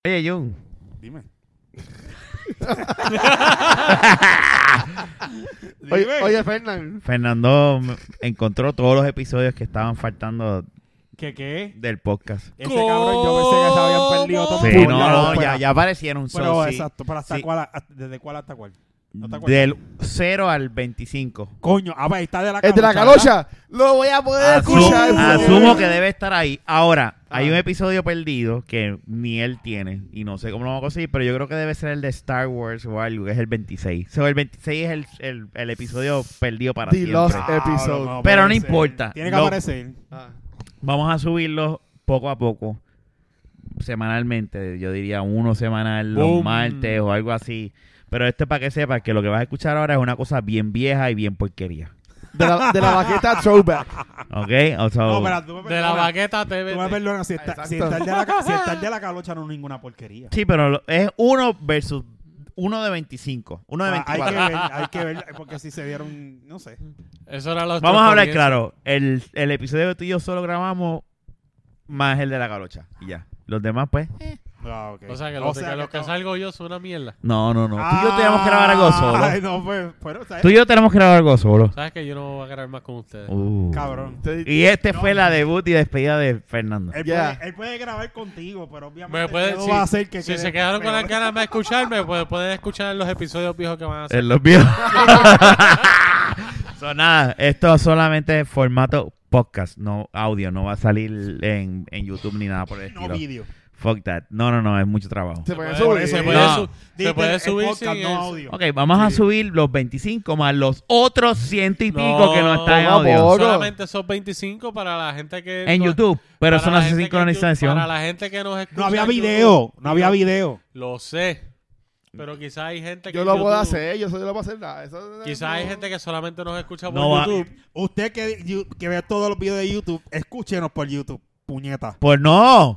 Oye, Jun. Dime. Oye, Fernando. Fernando encontró todos los episodios que estaban faltando ¿Qué? del podcast. Ese cabrón yo pensé que se habían perdido todos. Sí, por no, lado, ya aparecieron. Pero sí. exacto, pero ¿hasta Sí. cuál? ¿Desde cuál hasta cuál? ¿No te acuerdas? Del 0 al 25. Coño, ahí está de la El de la calocha. Lo voy a poder escuchar. Asumo que debe estar ahí. Ahora, hay un episodio perdido que ni él tiene. Y no sé cómo lo vamos a conseguir, pero yo creo que debe ser el de Star Wars o algo, que es el 26. O sea, el 26 es el episodio perdido para The siempre. Lost Episode. Pero no puede importa. ser. Tiene que Lo- aparecer. Vamos a subirlo poco a poco, semanalmente. Yo diría uno semanal los Boom. martes o algo así. Pero esto es para que sepas que lo que vas a escuchar ahora es una cosa bien vieja y bien porquería. De la baqueta Throwback. ¿Ok? O sea, No, espera, tú me De la perdonas. baqueta Tú me TV. perdonas. Si Exacto. está el de la calocha no es ninguna porquería. sí, pero es uno versus uno de 25. Uno de 24. Hay que ver, porque si se dieron, no sé. Eso era los Vamos a hablar comienzos. claro. El episodio que tú y yo solo grabamos más el de la calocha. Y ya. Los demás, pues. Ah, okay. O sea, que O lo sea, que que salgo yo son una mierda. No. Tú y yo tenemos que grabar algo solo. Ay, no, pues, ¿sabes? Tú y yo tenemos que grabar algo solo. ¿Sabes que yo no voy a grabar más con ustedes? Cabrón. Y fue la debut y despedida de Fernando. Él puede grabar contigo, pero obviamente no si, va a hacer que si quede se quedaron con las peor. ganas de escucharme, pues pueden escuchar los episodios viejos que van a hacer. En los videos. Nada, esto solamente es formato podcast, no audio. No va a salir en YouTube ni nada por el No estilo. vídeo. Fuck that. No, es mucho trabajo. Se puede puede- subir. se No. se puede subir podcast, sin no eso. audio. Ok, vamos a subir los 25 más los otros 100 y pico que no están en poco a audio. poco. Solamente esos 25 para la gente que... En no- YouTube, pero para son la las gente que en YouTube- sincronización. Para la gente que nos escucha No había en video, YouTube. no había video. Lo sé. Pero quizás hay gente que Yo en lo puedo YouTube- hacer. Yo lo puedo hacer. Quizás hay gente que solamente nos escucha por No va- YouTube. Usted que ve todos los videos de YouTube, escúchenos por YouTube, puñeta. Pues no,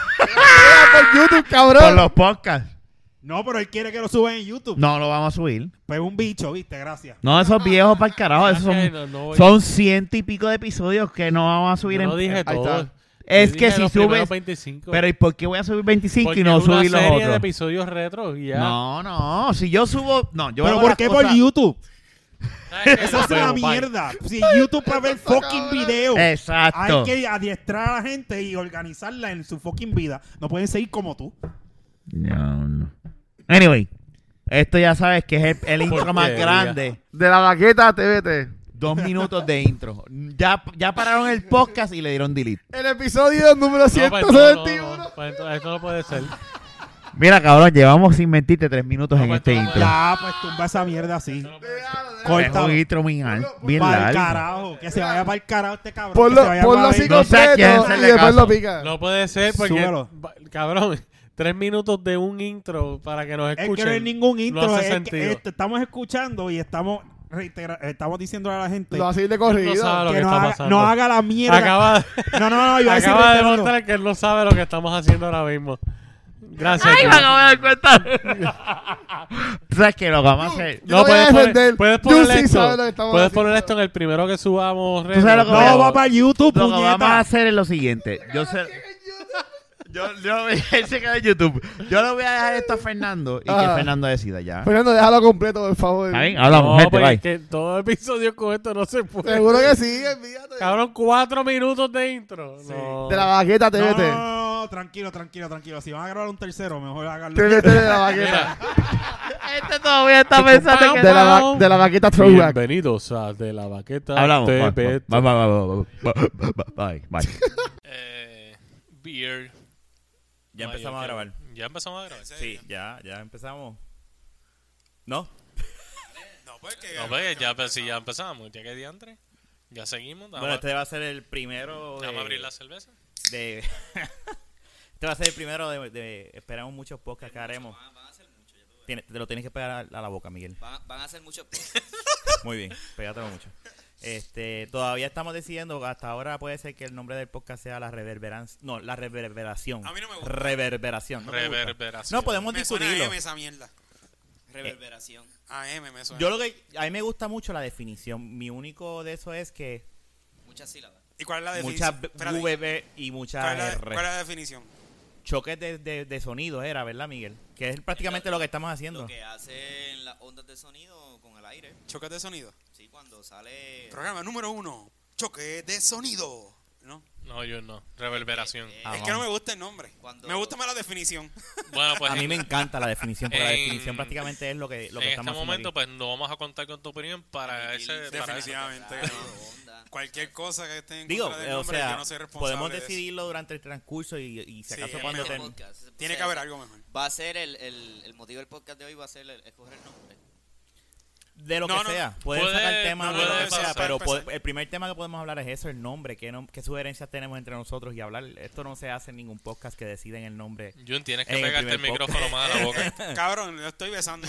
por YouTube, por cabrón. los podcasts. No, pero él quiere que lo suban en YouTube. No lo vamos a subir. Pues un bicho, ¿viste? Gracias. No, esos viejos para el carajo. Esos Ok, son, no voy- son 100 y pico de episodios que no vamos a subir yo no en... dije Ahí todo. está. Es Yo que dije si los primeros subes... 25. Pero ¿y por qué voy a subir 25 Porque y no es una subir los serie de otros? episodios retro y ya. No. Si yo subo... No, yo ¿Pero hago por las qué cosas- por YouTube? ¿Sabes qué? Esa es una Pero, bye. mierda. Si YouTube para ver fucking video. Exacto. Hay que adiestrar a la gente y organizarla en su fucking vida. No pueden seguir como tú. No. Anyway, esto ya sabes que es el intro más Porquería. grande. De la baqueta TVT. 2 minutos de intro. Ya pararon el podcast y le dieron delete. El episodio número No, pues, 171. no, pues, entonces, esto no puede ser. Mira, cabrón, llevamos sin mentirte 3 minutos No, en pues, este no, intro. Ya, pues tumba esa mierda así. Es Corta. un intro bien, bien Para el largo. carajo. Que se vaya para el carajo este cabrón. Ponlo, que se vaya ponlo para así ahí. No sé a quién completo y hacerle después caso. lo pica. No puede ser porque, Súbelo. cabrón, 3 minutos de un intro para que nos Es escuchen. que no hay ningún intro. No hace es sentido. que estamos escuchando y estamos diciéndole a la gente Lo va a seguir de No corrido. sabe lo que que no está haga, pasando. no haga la mierda. Acaba, No, iba a decir acaba de reiterando. demostrar que él no sabe lo que estamos haciendo ahora mismo. Gracias. ¡Ay, tío. me acabo de dar cuenta! ¿Tú sabes qué? Lo que vamos a hacer... Yo lo voy a defender. puedes Yo poner sí esto. sabe lo que estamos Puedes haciendo. poner esto en el primero que subamos. ¿Tú sabes lo que voy a- No, va para YouTube, Lo que vamos a puñeta. hacer es lo siguiente. Él se queda en YouTube. Yo le voy a dejar esto a Fernando y que Ah. Fernando decida ya. Fernando, déjalo completo, por favor. ¿Está bien? Hablamos, No, gente, porque bye. es que todo episodio con esto no se puede. Seguro que sí, olvídate. Cabrón, 4 minutos de intro. No. De la baqueta TVT. No, tranquilo. Si van a grabar un tercero, mejor háganlo. TVT de la baqueta. Este todavía está pensando que... De la baqueta Throwback. Bienvenidos a De la Baqueta Hablamos. TV. Bye. Beer. Ya empezamos a grabar. Ya empezamos a grabar. Sí, ya empezamos. ¿No? No, pues ya, pues, si ya empezamos, ya que diantre. Ya seguimos. Bueno, este va a ser el primero Vamos a abrir la cerveza. de... Este va a ser el primero de esperamos muchos podcasts que haremos. Van a hacer mucho, ya tú ves. Te lo tienes que pegar a la boca, Miguel. Van a hacer muchos cosas. Muy bien, pégatelo mucho. Todavía estamos decidiendo, hasta ahora puede ser que el nombre del podcast sea la reverberancia. No, la reverberación. A mí no me gusta. Reverberación. ¿No te gusta? Reverberación. No, podemos Me suena a discutirlo. M esa mierda. Reverberación. A M me suena. A mí me gusta mucho la definición. Mi único de eso es que Muchas sílabas. ¿Y cuál es la muchas definición? Espérate. VB y muchas ¿Cuál es R. la definición? choques de sonidos era, ¿verdad, Miguel? Que es prácticamente lo que estamos haciendo. Lo que hacen las ondas de sonido con el aire. Choques de sonido. Sí, cuando sale... Programa número 1. Choque de sonido. ¿No? No, yo no. Reverberación. Es que no me gusta el nombre. Cuando- Me gusta más la definición. Bueno, pues A mí me encanta la definición, porque la En- definición prácticamente es lo que en estamos este haciendo momento, aquí. pues no vamos a contar con tu opinión para ese. Para Definitivamente. onda. Cualquier cosa que esté en Digo, contra del o nombre, sea, yo no soy responsable podemos de eso. decidirlo durante el transcurso y si Sí, acaso es cuando mejor. ten- Podcast. O Tiene sea, que haber algo mejor. Va a ser el motivo del podcast de hoy va a ser escoger el nombre. de lo No, que no, sea, pueden puede- sacar temas no, de lo puede que sea, pasar, pero empezar. el primer tema que podemos hablar es eso, el nombre, qué sugerencias tenemos entre nosotros y hablar. Esto no se hace en ningún podcast que deciden el nombre. Jun, tienes que En el pegarte el primer micrófono más a la boca. Cabrón, lo estoy besando.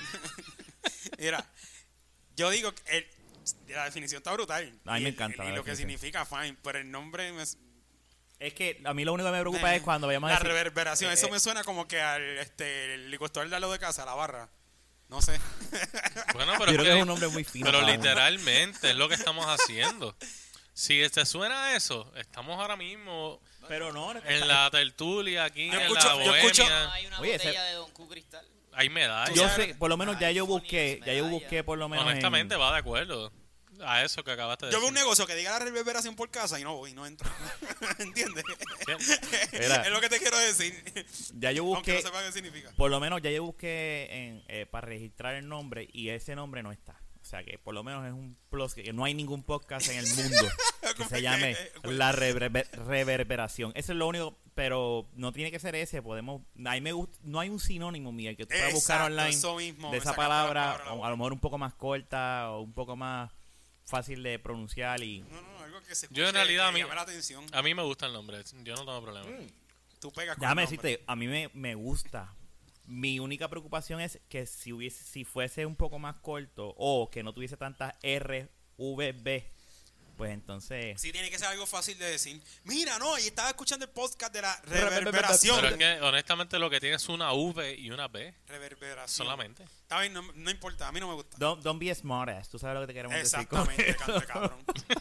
Mira, yo digo que la definición está brutal. A mí me Y- encanta Y la lo que definición. significa, fine. Pero el nombre Es que a mí lo único que me preocupa es cuando vayamos a la decir... reverberación. Eso me suena como que al el licuador de al lado de casa, la barra. No sé. Bueno, Yo pero creo es que es que, un nombre muy fino. pero para uno. literalmente es lo que estamos haciendo. Si te suena a eso, estamos ahora mismo Pero no, en la tertulia aquí, Yo en escucho- la yo escucho- bohemia. Hay una Oye, botella de Don Q Cristal. Hay medallas. yo sé, por lo menos ya yo iPhone y busqué, medalla. por lo menos Honestamente en- va de acuerdo a eso que acabaste de Yo veo un decir. negocio que diga la reverberación por casa y no voy, no entro. ¿Entiendes? Mira. Es lo que te quiero decir. ya yo Aunque busqué, no sepa qué significa. por lo menos ya yo busqué para registrar el nombre y ese nombre no está. O sea que por lo menos es un plus, que no hay ningún podcast en el mundo que se llame La Reverberación. Eso es lo único, pero no tiene que ser ese. Podemos, no hay un sinónimo, Miguel, que tú puedas buscar Exacto, online eso mismo, de me esa sacaste la palabra, palabra de la o boca. a lo mejor un poco más corta o un poco más fácil de pronunciar y... No, algo que se Yo en escuche, realidad que llame la atención. a mí me gusta el nombre, yo no tengo problema. Tú pegas con Déjame el nombre. decirte, a mí me gusta. Mi única preocupación es que si fuese un poco más corto o que no tuviese tantas RVB, pues entonces... Sí, tiene que ser algo fácil de decir. Mira, no, y estaba escuchando el podcast de la reverberación. Pero es que honestamente lo que tiene es una V y una B Reverberación. solamente. Está bien, no importa, a mí no me gusta. Don't be a smartass, tú sabes lo que te queremos decir con Exactamente, eso. canto de cabrón.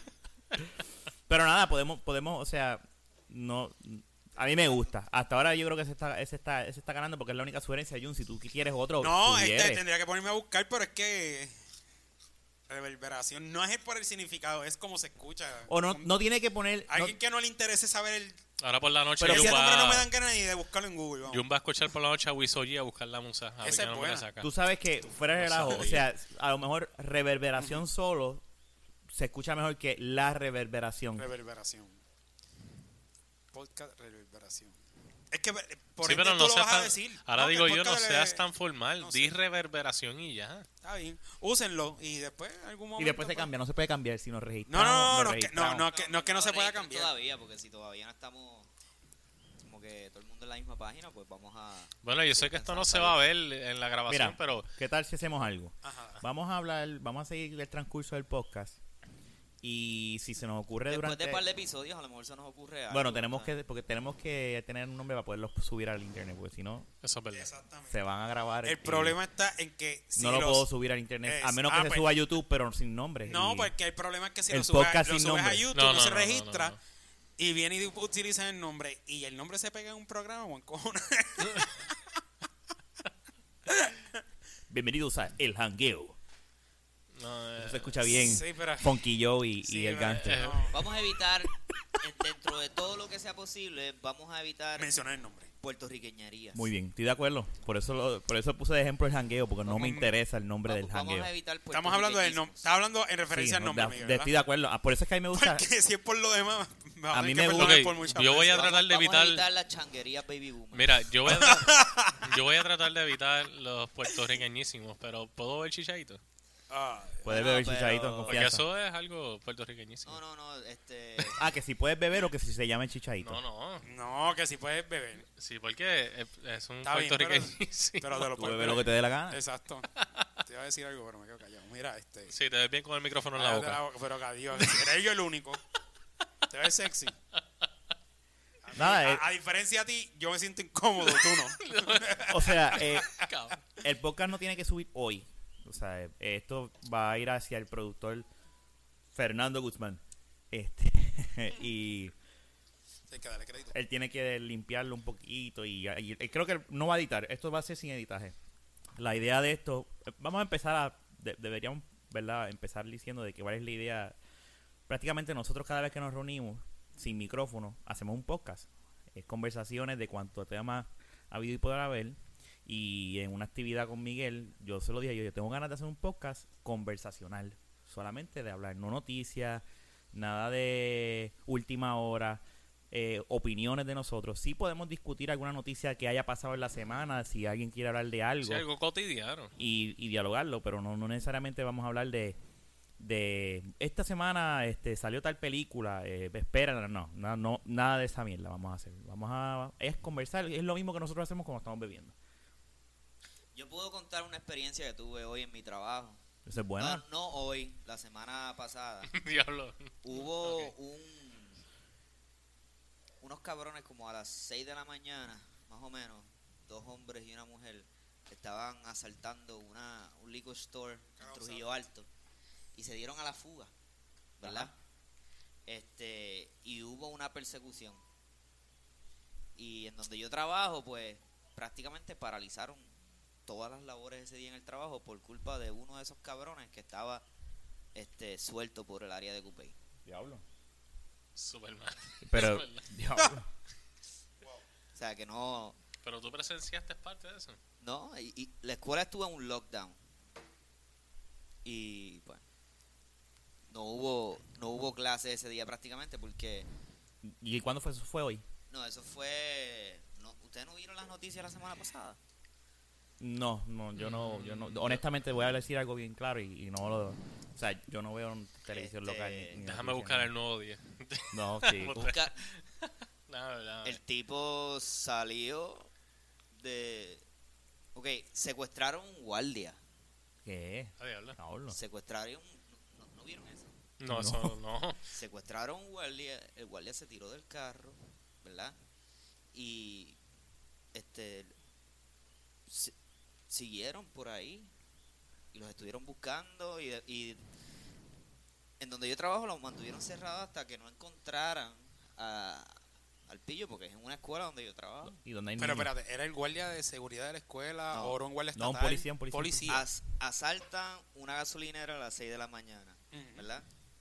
Pero nada, podemos, o sea, no... A mí me gusta. Hasta ahora yo creo que ese está ganando porque es la única sugerencia, Jun. Si tú quieres otro, No, sugieres. tendría que ponerme a buscar, pero es que reverberación no es por el significado, es como se escucha. O no tiene que poner... no- Alguien que no le interese saber el... Ahora por la noche Pero Ese Jun nombre no me va, dan ganas ni de buscarlo en Google. vamos. Jun va a escuchar por la noche a Wisoji a buscar la musa. A ver Esa qué es nombre buena. saca. Tú sabes que fuera de relajo, o sabía. sea, a lo mejor reverberación solo se escucha mejor que la reverberación. Reverberación. Podcast reverberación. Es que por Sí, ende pero tú no lo seas vas a tan, decir. ahora No, que digo el yo, no podcast seas de- tan formal. no Di sé. reverberación y ya. Está bien. Úsenlo y después en algún momento... Y después se pues- cambia, no se puede cambiar si nos No, registramos. no, nos no, registramos. no es que no se pueda registren cambiar. Todavía, porque si todavía no estamos como que todo el mundo en la misma página, pues vamos a... Bueno, yo sé que esto no se va a ver en la grabación, Mira, pero ¿qué tal si hacemos algo? Ajá. Vamos a seguir el transcurso del podcast y si se nos ocurre Después durante... de un par de episodios, a lo mejor se nos ocurre algo. Bueno, tenemos ¿verdad? porque tenemos que tener un nombre para poderlos subir al internet, porque si no, eso es verdad. Exactamente. se van a grabar. El y problema está en que si no lo los- puedo subir al internet, a menos que se pues- suba a YouTube, pero sin nombre. No, Y- porque el problema es que si el lo subes, podcast lo sin subes a nombre. YouTube, No, no, se no, registra no. y viene y utiliza el nombre y el nombre se pega en un programa o en cojones. Bienvenidos a El Jangueo. No, Eso se escucha bien. Sí, pero... Funky Joe y Sí, el pero- gangster. no. Vamos a evitar, dentro de todo lo que sea posible, vamos a evitar Mencionar el nombre. puertorriqueñerías. Muy bien, estoy de acuerdo. Por eso puse de ejemplo el jangueo, porque no me interesa el nombre del Vamos jangueo. a evitar Estamos hablando del nombre. Estás hablando en referencia Sí, al nombre, no, Miguel, estoy de acuerdo. Por eso es que a mí me gusta. Porque si es por lo demás, me va A mí tener me que gusta- perdonar Ok, por muchas yo voy a veces. tratar de Vamos a evitar- evitar la changuería baby boomer. Mira, yo voy a tratar de evitar los puertorriqueñísimos, pero ¿puedo ver chichadito? Ah, Puedes No, beber pero- chichadito con Porque confianza. eso es algo puertorriqueñísimo. No, Ah, que si puedes beber o que si se llama chichadito. No, no, que si puedes beber. sí, porque es un Está bien, puertorriqueñísimo. Pero te lo Tú puedes bebe lo que te dé la gana. Exacto. Te iba a decir algo, pero me quedo callado. Mira, Sí, te ves bien con el micrófono en la cállate boca. Pero que Dios, eres yo el único. Te ves sexy. Nada, A diferencia de ti, yo me siento incómodo, tú no. o sea, Cabrón. el podcast no tiene que subir hoy. O sea, esto va a ir hacia el productor Fernando Guzmán. Y Hay que darle crédito. Él tiene que limpiarlo un poquito y creo que no va a editar. Esto va a ser sin editaje. La idea de esto, vamos a empezar deberíamos, ¿verdad? Empezar diciendo de que cuál es la idea. Prácticamente nosotros cada vez que nos reunimos sin micrófono hacemos un podcast. Es conversaciones de cuánto tema ha habido y podrá haber. Y en una actividad con Miguel, yo se lo dije, yo tengo ganas de hacer un podcast conversacional. Solamente de hablar, no noticias, nada de última hora, opiniones de nosotros. Sí podemos discutir alguna noticia que haya pasado en la semana, si alguien quiere hablar de algo. Sí, algo cotidiano. Y dialogarlo, pero no necesariamente vamos a hablar de esta semana salió tal película, espera, no, nada de esa mierda vamos a hacer. Es conversar, es lo mismo que nosotros hacemos cuando estamos bebiendo. Yo puedo contar una experiencia que tuve hoy en mi trabajo. Eso es bueno. No hoy, la semana pasada. Diablo. Hubo Ok. unos cabrones como a las 6 de la mañana, más o menos, 2 hombres y una mujer, estaban asaltando un liquor store en Trujillo Alto y se dieron a la fuga, ¿verdad? Y hubo una persecución. Y en donde yo trabajo, pues prácticamente paralizaron todas las labores ese día en el trabajo por culpa de uno de esos cabrones que estaba suelto por el área de Cupey. Diablo. Superman. Pero, Superman. diablo. O sea que no, Pero tú presenciaste parte de eso. y la escuela estuvo en un lockdown. Y pues no hubo clase ese día prácticamente porque ¿Y cuándo fue eso? ¿Fue hoy? eso fue ¿ustedes no vieron las noticias la semana pasada? No, yo no. Honestamente voy a decir algo bien claro y no lo... O sea, yo no veo televisión local. ni Déjame noticias, buscar ni- el nuevo día. No, chico. Busca, Nada. el tipo salió de secuestraron un guardia. ¿Qué? Ah, diablo. Diablo. Secuestraron ¿no vieron eso? No, eso no. Secuestraron un guardia, el guardia se tiró del carro, ¿verdad? Y siguieron por ahí y los estuvieron buscando y en donde yo trabajo los mantuvieron cerrados hasta que no encontraran al pillo, porque es en una escuela donde yo trabajo. ¿Y dónde hay Pero niños? espérate, ¿era el guardia de seguridad de la escuela No. o era un guardia No, estatal? un policía. Asaltan una gasolinera a las 6 de la mañana, Ujú. ¿verdad?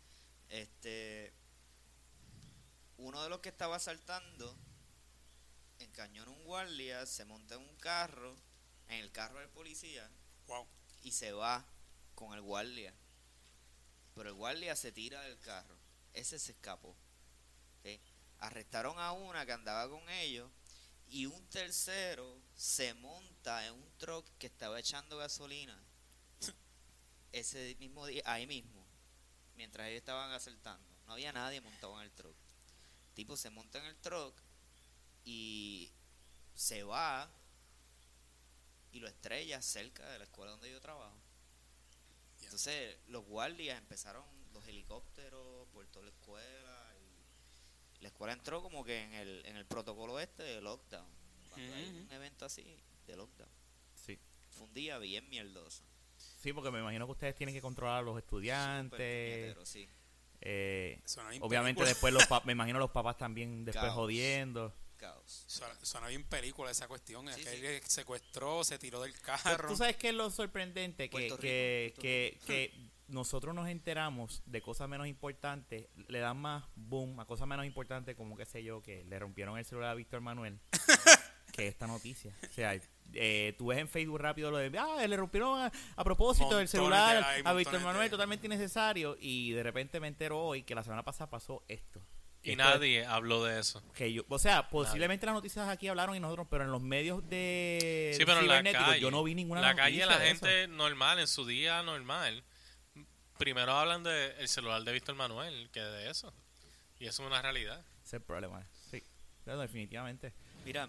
Uno de los que estaba asaltando encañona a un guardia, se monta en un carro, en el carro del policía, Wow. y se va con el guardia. Pero el guardia se tira del carro. Ese se escapó. ¿Ok? Arrestaron a una que andaba con ellos y un tercero se monta en un truck que estaba echando gasolina ese mismo día, ahí mismo, mientras ellos estaban asaltando. No había nadie montado en el truck. El tipo se monta en el truck y se va y lo estrella cerca de la escuela donde yo trabajo. Entonces los guardias empezaron, los helicópteros por toda la escuela y la escuela entró como que en el protocolo de lockdown. Cuando hay un evento así de lockdown. Sí. Fue un día bien mierdoso. Sí, porque me imagino que ustedes tienen que controlar a los Súper estudiantes. puñetero, sí. Suena bien Obviamente película. después me imagino los papás también después Caos. jodiendo. Caos. Suena bien película esa cuestión. Sí, Aquel sí. que secuestró, se tiró del Pero carro. tú sabes qué es lo sorprendente, Puerto que nosotros nos enteramos de cosas menos importantes, le dan más boom a cosas menos importantes como qué sé yo, que le rompieron el celular a Víctor Manuel, que esta noticia. O sea, tú ves en Facebook rápido lo de, le rompieron a propósito el Montones celular hay a Víctor montones Manuel, de- totalmente innecesario, y de repente me entero hoy que la semana pasada pasó esto. Y Esto nadie habló de eso. o sea, posiblemente las noticias aquí hablaron y nosotros, pero en los medios de Sí, pero en la cibernéticos calle. yo no vi ninguna La noticia calle, la de eso. gente normal, en su día normal. Primero hablan del celular de Víctor Manuel que de eso. Y eso es una realidad. Ese es el problema. Sí, pero definitivamente. Mira,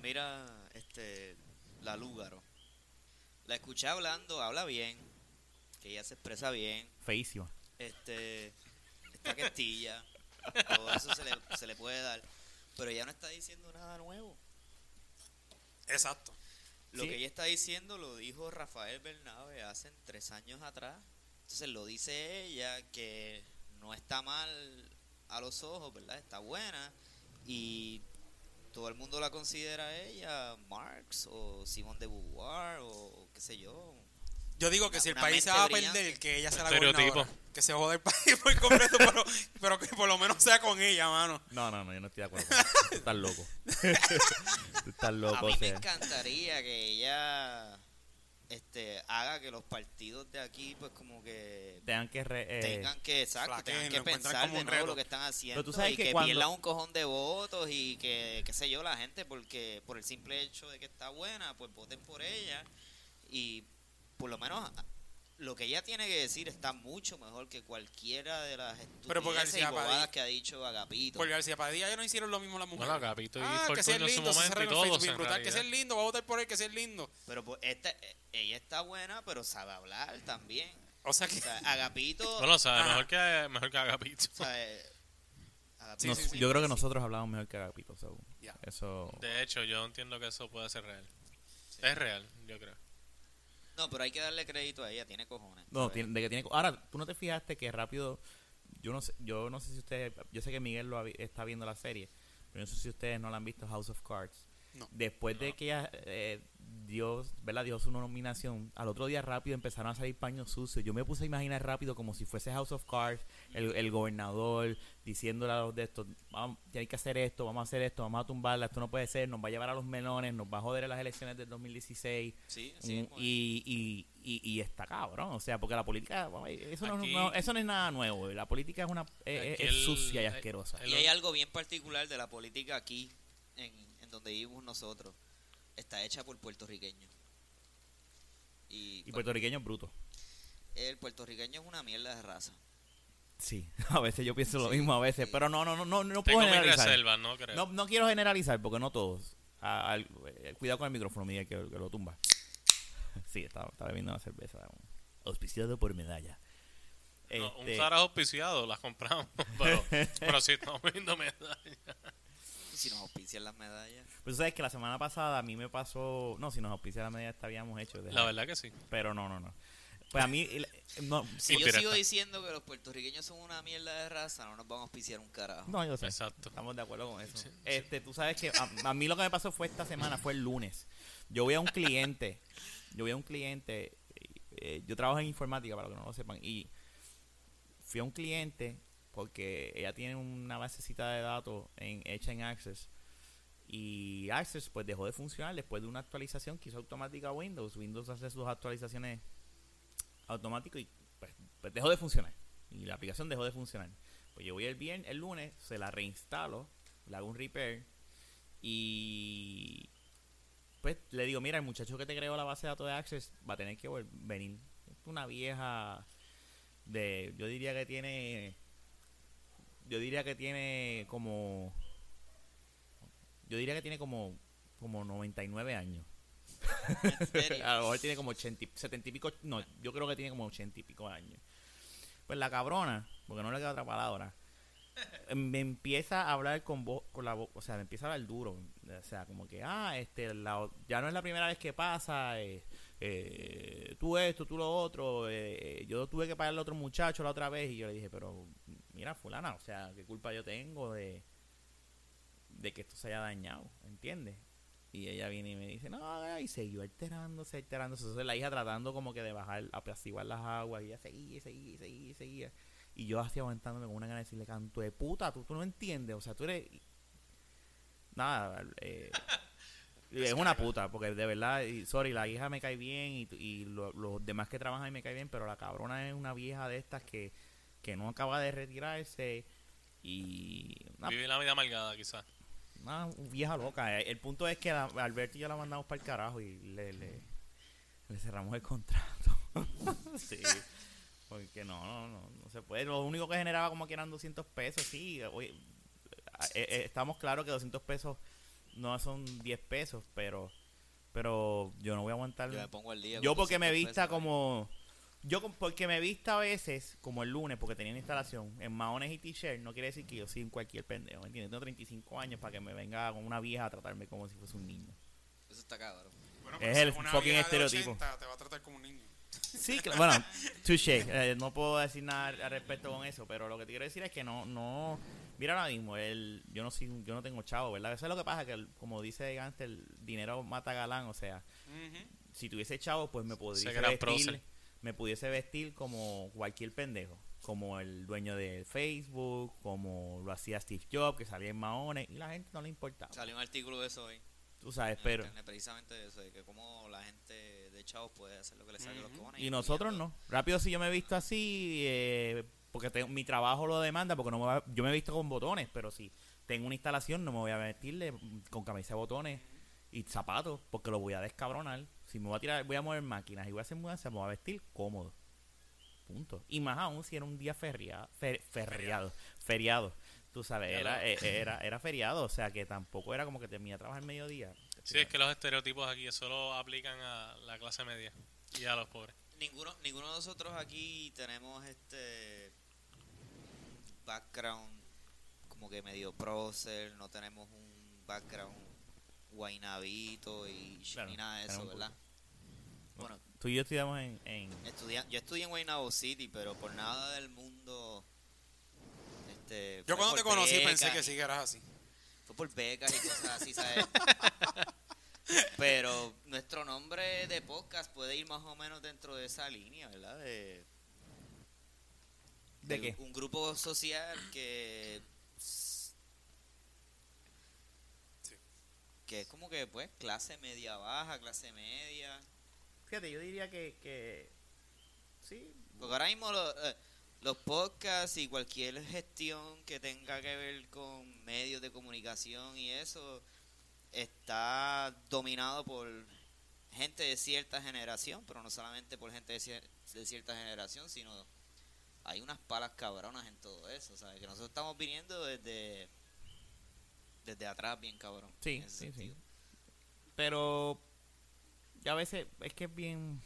la Lúgaro. La escuché hablando, habla bien, que ella se expresa bien, Feísima. está questilla, todo eso se le puede dar, pero ella no está diciendo nada nuevo. Exacto. Lo Sí. que ella está diciendo lo dijo Rafael Bernabe hace 3 años atrás. Entonces lo dice ella, que no está mal a los ojos, ¿verdad? Está buena. Y todo el mundo la considera a ella Marx o Simone de Beauvoir o qué sé yo. Yo digo que si el Una país se mente va a brillante. perder, que ella sea la Estereotipo. gobernadora. Que se jode el país por completo, pero que por lo menos sea con ella, mano. No, yo no estoy de acuerdo con eso. Tú estás loco. Tú estás A loco, mí o me sea. encantaría que ella haga que los partidos de aquí pues como que Tengan que... tengan que, exacto, flaqueen, tengan que lo encuentran pensar como de un nuevo reto. lo que están haciendo Pero tú sabes y que que cuando- pierdan un cojón de votos y que, qué sé yo, la gente porque por el simple hecho de que está buena, pues voten por ella y por lo menos lo que ella tiene que decir está mucho mejor que cualquiera de las Pero por estupideces y García bobadas Padilla- que ha dicho Agapito. Por García Padilla ya no hicieron lo mismo las mujeres. Bueno, Agapito y que si es Fortunio en su lindo, se momento y cerraron en todos, Facebook, bien en brutal, que si es realidad. lindo, voy a votar por él, que si es lindo. Pero pues ella está buena, pero sabe hablar también. O sea que... O sea, Agapito, No lo sabe, Ajá. mejor que Agapito. o sea, Agapito Sí, sí, Yo creo que nosotros hablamos mejor que Agapito. So, Ya. eso... De hecho, yo entiendo que eso puede ser real. Es real, yo creo. No, pero hay que darle crédito a ella, tiene cojones. No, ¿sabes? de que tiene... Ahora, tú no te fijaste que rápido... Yo no sé si ustedes... Yo sé que Miguel está viendo la serie, pero no sé si ustedes no la han visto, House of Cards. No. Después de que ella dio su nominación, al otro día rápido empezaron a salir paños sucios. Yo me puse a imaginar rápido como si fuese House of Cards, el gobernador diciéndole a los de estos, hay que hacer esto, vamos a hacer esto, vamos a tumbarla, esto no puede ser, nos va a llevar a los melones, nos va a joder en las elecciones del 2016. Sí, sí, mismo es. Y está cabrón, o sea, porque la política, eso Aquí- eso no es nada nuevo, la política es una es sucia y asquerosa. Y hay algo bien particular de la política aquí, en donde vivimos nosotros. Está hecha por puertorriqueños. Y pues, puertorriqueños brutos. el puertorriqueño es una mierda de raza. Sí, a veces yo pienso lo mismo a veces, Sí. pero no puedo Tengo mis generalizar. reservas, no creo. No quiero generalizar porque no todos. Cuidado con el micrófono, Miguel, que lo tumba. Sí, estaba bebiendo una cerveza. Auspiciado por Medalla. No, un Este, Zara auspiciado, las compramos. pero sí, estamos viendo medallas. Si nos auspician las medallas. pues tú sabes que la semana pasada a mí me pasó... No, si nos auspicia la medalla habíamos hecho. La verdad que sí. Pero no. Pues a mí... No, Si yo Indirecta. sigo diciendo que los puertorriqueños son una mierda de raza, no nos van a auspiciar un carajo. no, yo sé. Exacto. Estamos de acuerdo con eso. Tú sabes que a mí lo que me pasó fue esta semana, fue el lunes. Yo voy a un cliente. Yo trabajo en informática, para los que no lo sepan. Y fui a un cliente porque ella tiene una basecita de datos hecha en Access. Y Access pues dejó de funcionar después de una actualización que hizo automática Windows. Windows hace sus actualizaciones automáticas y pues dejó de funcionar. Y la aplicación dejó de funcionar. Pues yo voy el lunes, se la reinstalo, le hago un repair y pues le digo, mira, el muchacho que te creó la base de datos de Access va a tener que venir. Es una vieja yo diría que tiene como 99 años. ¿En serio? A lo mejor tiene como 70 y pico. No, yo creo que tiene como 80 y pico años. Pues la cabrona, porque no le queda otra palabra, me empieza a hablar con la voz, o sea, me empieza a hablar duro. O sea, como que, ya no es la primera vez que pasa, tú esto, tú lo otro, yo tuve que pagarle a otro muchacho la otra vez y yo le dije, pero mira, fulana, o sea, ¿qué culpa yo tengo de que esto se haya dañado? ¿Entiendes? Y ella viene y me dice, no, y siguió alterándose. Entonces la hija tratando como que de bajar, apaciguar las aguas, y ella seguía. Y yo así aguantándome con una gana de decirle, canto de puta, tú no entiendes, o sea, tú eres... Nada, es una puta, porque de verdad, la hija me cae bien y los demás que trabajan ahí me caen bien, pero la cabrona es una vieja de estas que no acaba de retirarse y... Vive la vida amargada, quizás. Una vieja loca. El punto es que a Alberto y yo la mandamos para el carajo y le cerramos el contrato. Sí. Porque no se puede. Lo único que generaba como que eran 200 pesos. Sí, oye, estamos claros que 200 pesos no son 10 pesos, pero yo no voy a aguantar. Yo me pongo al día. Yo con porque me 200 vista pesos, como... porque me vista a veces, como el lunes, porque tenía una instalación en maones y t-shirt, no quiere decir que yo soy un cualquier pendejo, ¿me entiendes? Tengo 35 años para que me venga con una vieja a tratarme como si fuese un niño. Eso está cabrón. Bueno, Es pero el si una fucking vieja de estereotipo. 80 te va a tratar como un niño. Sí, bueno, touché. No puedo decir nada al respecto con eso, pero lo que te quiero decir es que no Mira ahora mismo, yo no tengo chavo, ¿verdad? Eso es lo que pasa, que como dice antes, el dinero mata galán, o sea, si tuviese chavo, pues Ese gran prócer. me pudiese vestir como cualquier pendejo, como el dueño de Facebook, como lo hacía Steve Jobs, que salía en maones, y la gente no le importaba. Salió un artículo de eso hoy. Tú sabes, En pero... internet, precisamente de eso, de que cómo la gente de chavos puede hacer lo que le saque los cojones. Y nosotros no. Rápido, si yo me he visto así, porque mi trabajo lo demanda, porque yo me he visto con botones, pero si tengo una instalación no me voy a vestirle con camisa de botones y zapatos, porque lo voy a descabronar. Si me voy a mover máquinas y voy a hacer mudanza, me voy a vestir cómodo. Punto. Y más aún si era un día feriado. Tú sabes, era feriado, o sea que tampoco era como que terminé de trabajar el mediodía. Sí, es que los estereotipos aquí solo aplican a la clase media y a los pobres. Ninguno de nosotros aquí tenemos background como que medio prócer, no tenemos un background guaynabito y Claro, ni nada de eso, tenemos ¿verdad? Bueno, Tú y yo estudiamos yo estudié en Guaynabo City, pero por nada del mundo Yo fue cuando por te conocí becas pensé que y- sí que eras así. Fue por becas y cosas así, ¿sabes? Pero nuestro nombre de podcast puede ir más o menos dentro de esa línea, ¿verdad? ¿De qué? Un grupo social que es como que, pues, clase media baja, clase media. Fíjate, yo diría que sí. Porque ahora mismo los podcasts y cualquier gestión que tenga que ver con medios de comunicación y eso está dominado por gente de cierta generación, pero no solamente por gente de cierta generación, sino hay unas palas cabronas en todo eso, ¿sabes? Que nosotros estamos viniendo desde atrás bien cabrón. Sí, en ese sí, sentido. sí. Pero ya a veces es que es bien...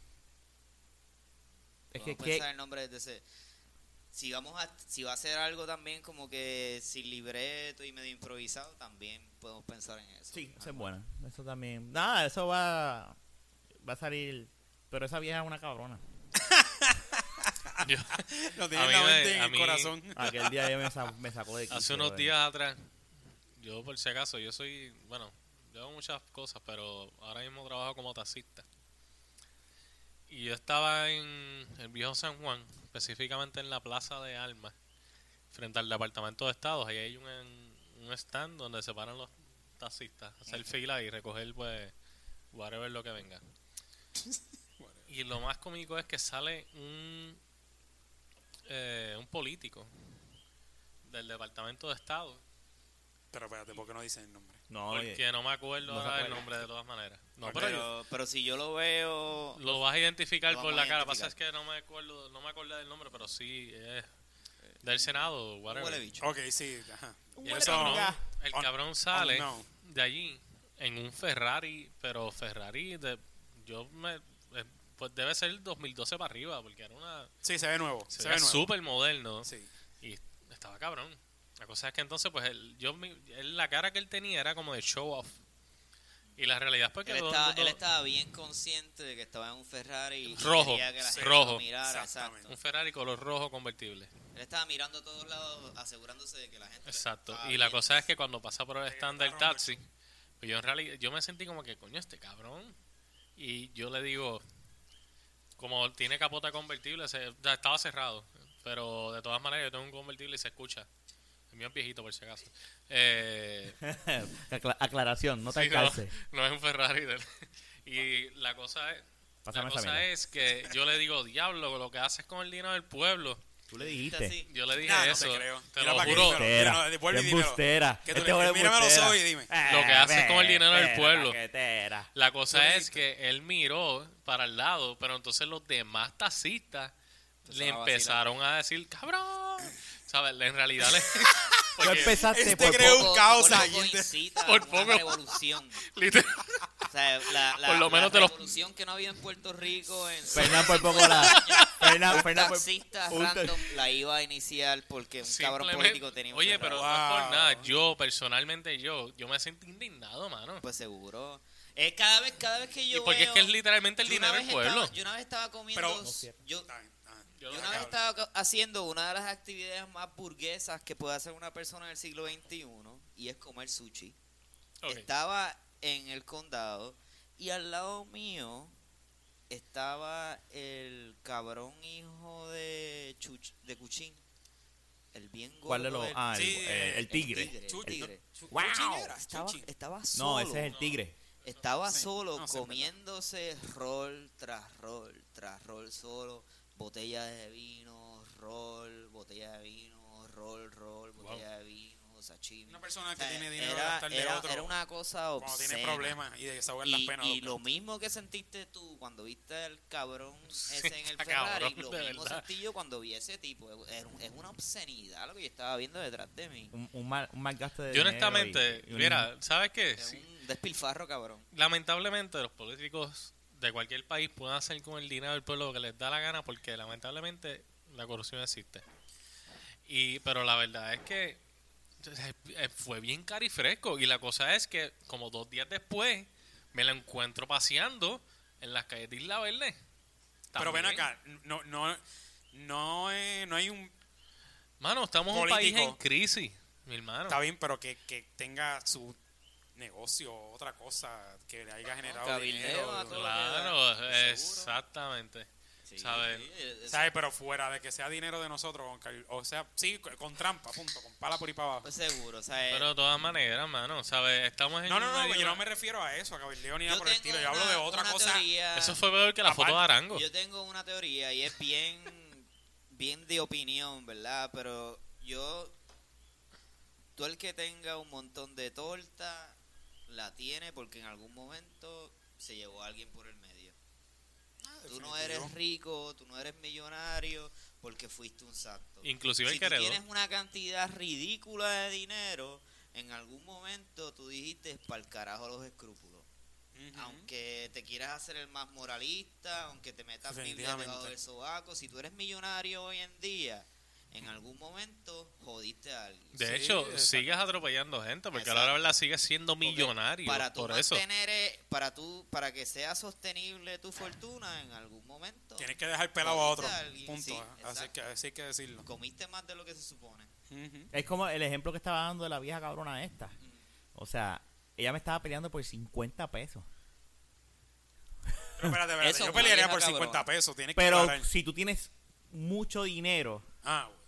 Es Vamos a pensar el nombre de ese. Si va a hacer algo también como que sin libreto y medio improvisado, también podemos pensar en eso. Sí, eso es bueno. Eso también... Nada, eso va a salir... Pero esa vieja es una cabrona. Yo- Lo A tienes mí en la me- mente en a el mí- corazón. Aquel día ella me sacó de quicio, hace unos brother. días atrás, yo por si acaso, yo hago muchas cosas, pero ahora mismo trabajo como taxista. Y yo estaba en el viejo San Juan, específicamente en la Plaza de Armas, frente al Departamento de Estados. Ahí hay un stand donde se paran los taxistas, hacer fila y recoger, pues, whatever lo que venga. Y lo más cómico es que sale un político del Departamento de Estado, Pero espérate, ¿por qué no dicen el nombre? No, porque no me acuerdo no se ahora el acuerda. nombre de todas maneras. No, Ok. Pero si yo lo veo, lo vas a identificar Lo por vamos la a cara. Pasa identificar. es que no me acordé del nombre, pero sí es del Senado, un whatever. huele bicho. Ok, sí, ajá. Y Y el eso cabrón, el cabrón sale no. de allí en un Ferrari, pero Ferrari pues debe ser el 2012 para arriba, porque era Sí, se ve nuevo. se Se veía ve nuevo. súper moderno Sí. y estaba cabrón. La cosa es que entonces pues la cara que él tenía era como de show off. Y la realidad es pues que Él estaba bien consciente de que estaba en un Ferrari y Rojo, quería que la gente rojo. lo mirara. Exactamente. Exacto. un Ferrari color rojo convertible. Él estaba mirando a todos lados, asegurándose de que la gente... Exacto. estaba Y la viendo. cosa es que cuando pasa por el stand del taxi, pues yo en realidad yo me sentí como que coño este cabrón. Y yo le digo, como tiene capota convertible, ya estaba cerrado, pero de todas maneras yo tengo un convertible y se escucha. El mío es viejito por si acaso. Aclaración, no te Sí, alcance. no es un Ferrari. Y la cosa es, Pásame esa la cosa mierda. es que yo le digo, diablo, lo que haces con el dinero del pueblo. Tú le dijiste. Así. Yo le dije Nah, no eso, te creo. te Mira lo para qué juro. dímelo. Embustera. Vuelve y Qué dímelo. embustera. ¿Qué tú Este le- huele mírame a los embustera. ojos y dime. Lo que haces con el dinero del pueblo. Paquetera. La cosa Tú es dijiste. que él miró para el lado, pero entonces los demás taxistas le Empezaron a empezaron a decir, cabrón. ¿Sabes? En realidad le... Tú porque, empezaste Este por creo poco. un caos por ahí. poco incita Por a poco. una revolución. literal, O sea, Por lo menos la te lo- revolución que no había en Puerto Rico en Fernán por poco la... Fernán por... taxistas un- random la iba a iniciar porque un cabrón simplemente- político tenía un Oye, Ferrari. pero no es por Wow. nada. Yo, personalmente, yo me sentí indignado, mano. Pues seguro. Cada vez que yo Y porque es veo- que es literalmente el yo una dinero del vez pueblo. yo una vez estaba comiendo... Pero- yo, Está bien, ajá. Yo una vez estaba haciendo una de las actividades más burguesas que puede hacer una persona en el siglo XXI y es comer sushi. Ok. Estaba en el condado y al lado mío estaba el cabrón hijo de Cuchín. El bien gordo. ¿Cuál de los? del- Ah, Sí, el tigre. El Chuchi. tigre. ¡Wow! Estaba solo. No, ese es el tigre. Estaba Sí, solo no sé, en comiéndose rol tras rol tras rol solo, botella de vino, rol, botella de vino, rol, botella de vino, sashimi. Una persona O que sea, tiene dinero de era, gastar de era, otro era una cosa cuando obscena. tiene problemas y de desahogar las penas. Y lo mismo que sentiste tú cuando viste al cabrón ese en el está Ferrari, cabrón, lo de mismo verdad. sentí yo cuando vi ese tipo. Es una obscenidad lo que yo estaba viendo detrás de mí. Un mal gasto de Yo dinero honestamente, y un- mira, ¿sabes qué? Es Sí, un despilfarro, cabrón. lamentablemente los políticos de cualquier país pueden hacer con el dinero del pueblo lo que les da la gana porque lamentablemente la corrupción existe. Pero la verdad es que fue bien carifresco y la cosa es que como 2 días después me lo encuentro paseando en las calles de Isla Verde. Pero ven También. acá, no hay un... Mano, estamos en un país Político. en crisis, mi hermano. Está bien, pero que tenga su negocio, otra cosa, que le haya generado cabildeo dinero. a todo. Claro, Seguro. exactamente. Sí, ¿sabes? sí, ¿Sabes? Pero fuera de que sea dinero de nosotros, o sea, sí, con trampa, punto, con pala por ahí para abajo. pues seguro, o sea, Pero de todas maneras, mano, ¿sabes? Estamos en No, un medio- yo no me refiero a eso, a cabildeo ni yo nada por el tengo estilo. Yo hablo de otra una cosa. teoría, Eso fue peor que la foto de Aparte, Arango. yo tengo una teoría y es bien de opinión, ¿verdad? Pero tú el que tenga un montón de torta, la tiene porque en algún momento se llevó a alguien por el medio. Tú no eres Definitivo. rico, tú no eres millonario porque fuiste un santo. Inclusive si el tú que heredó. tienes una cantidad ridícula de dinero, en algún momento tú dijiste para el carajo los escrúpulos. Ujú. Aunque te quieras hacer el más moralista, aunque te metas Biblia Definitivamente. debajo del sobaco, si tú eres millonario hoy en día, en algún momento jodiste a alguien. De Sí, hecho, exacto. sigues atropellando gente porque Exacto. a la verdad sigues siendo Porque millonario para tú por eso. mantener, para que sea sostenible tu fortuna, en algún momento Tienes que dejar pelado a otro. jodiste a alguien, Punto. sí, Así hay que decirlo. comiste más de lo que se supone. Ujú. Es como el ejemplo que estaba dando de la vieja cabrona esta. O sea, ella me estaba peleando por 50 pesos. Pero espérate. Eso Yo es pelearía una por vieja 50 cabrona. pesos. Tienes que Pero aclarar. si tú tienes mucho dinero Bueno.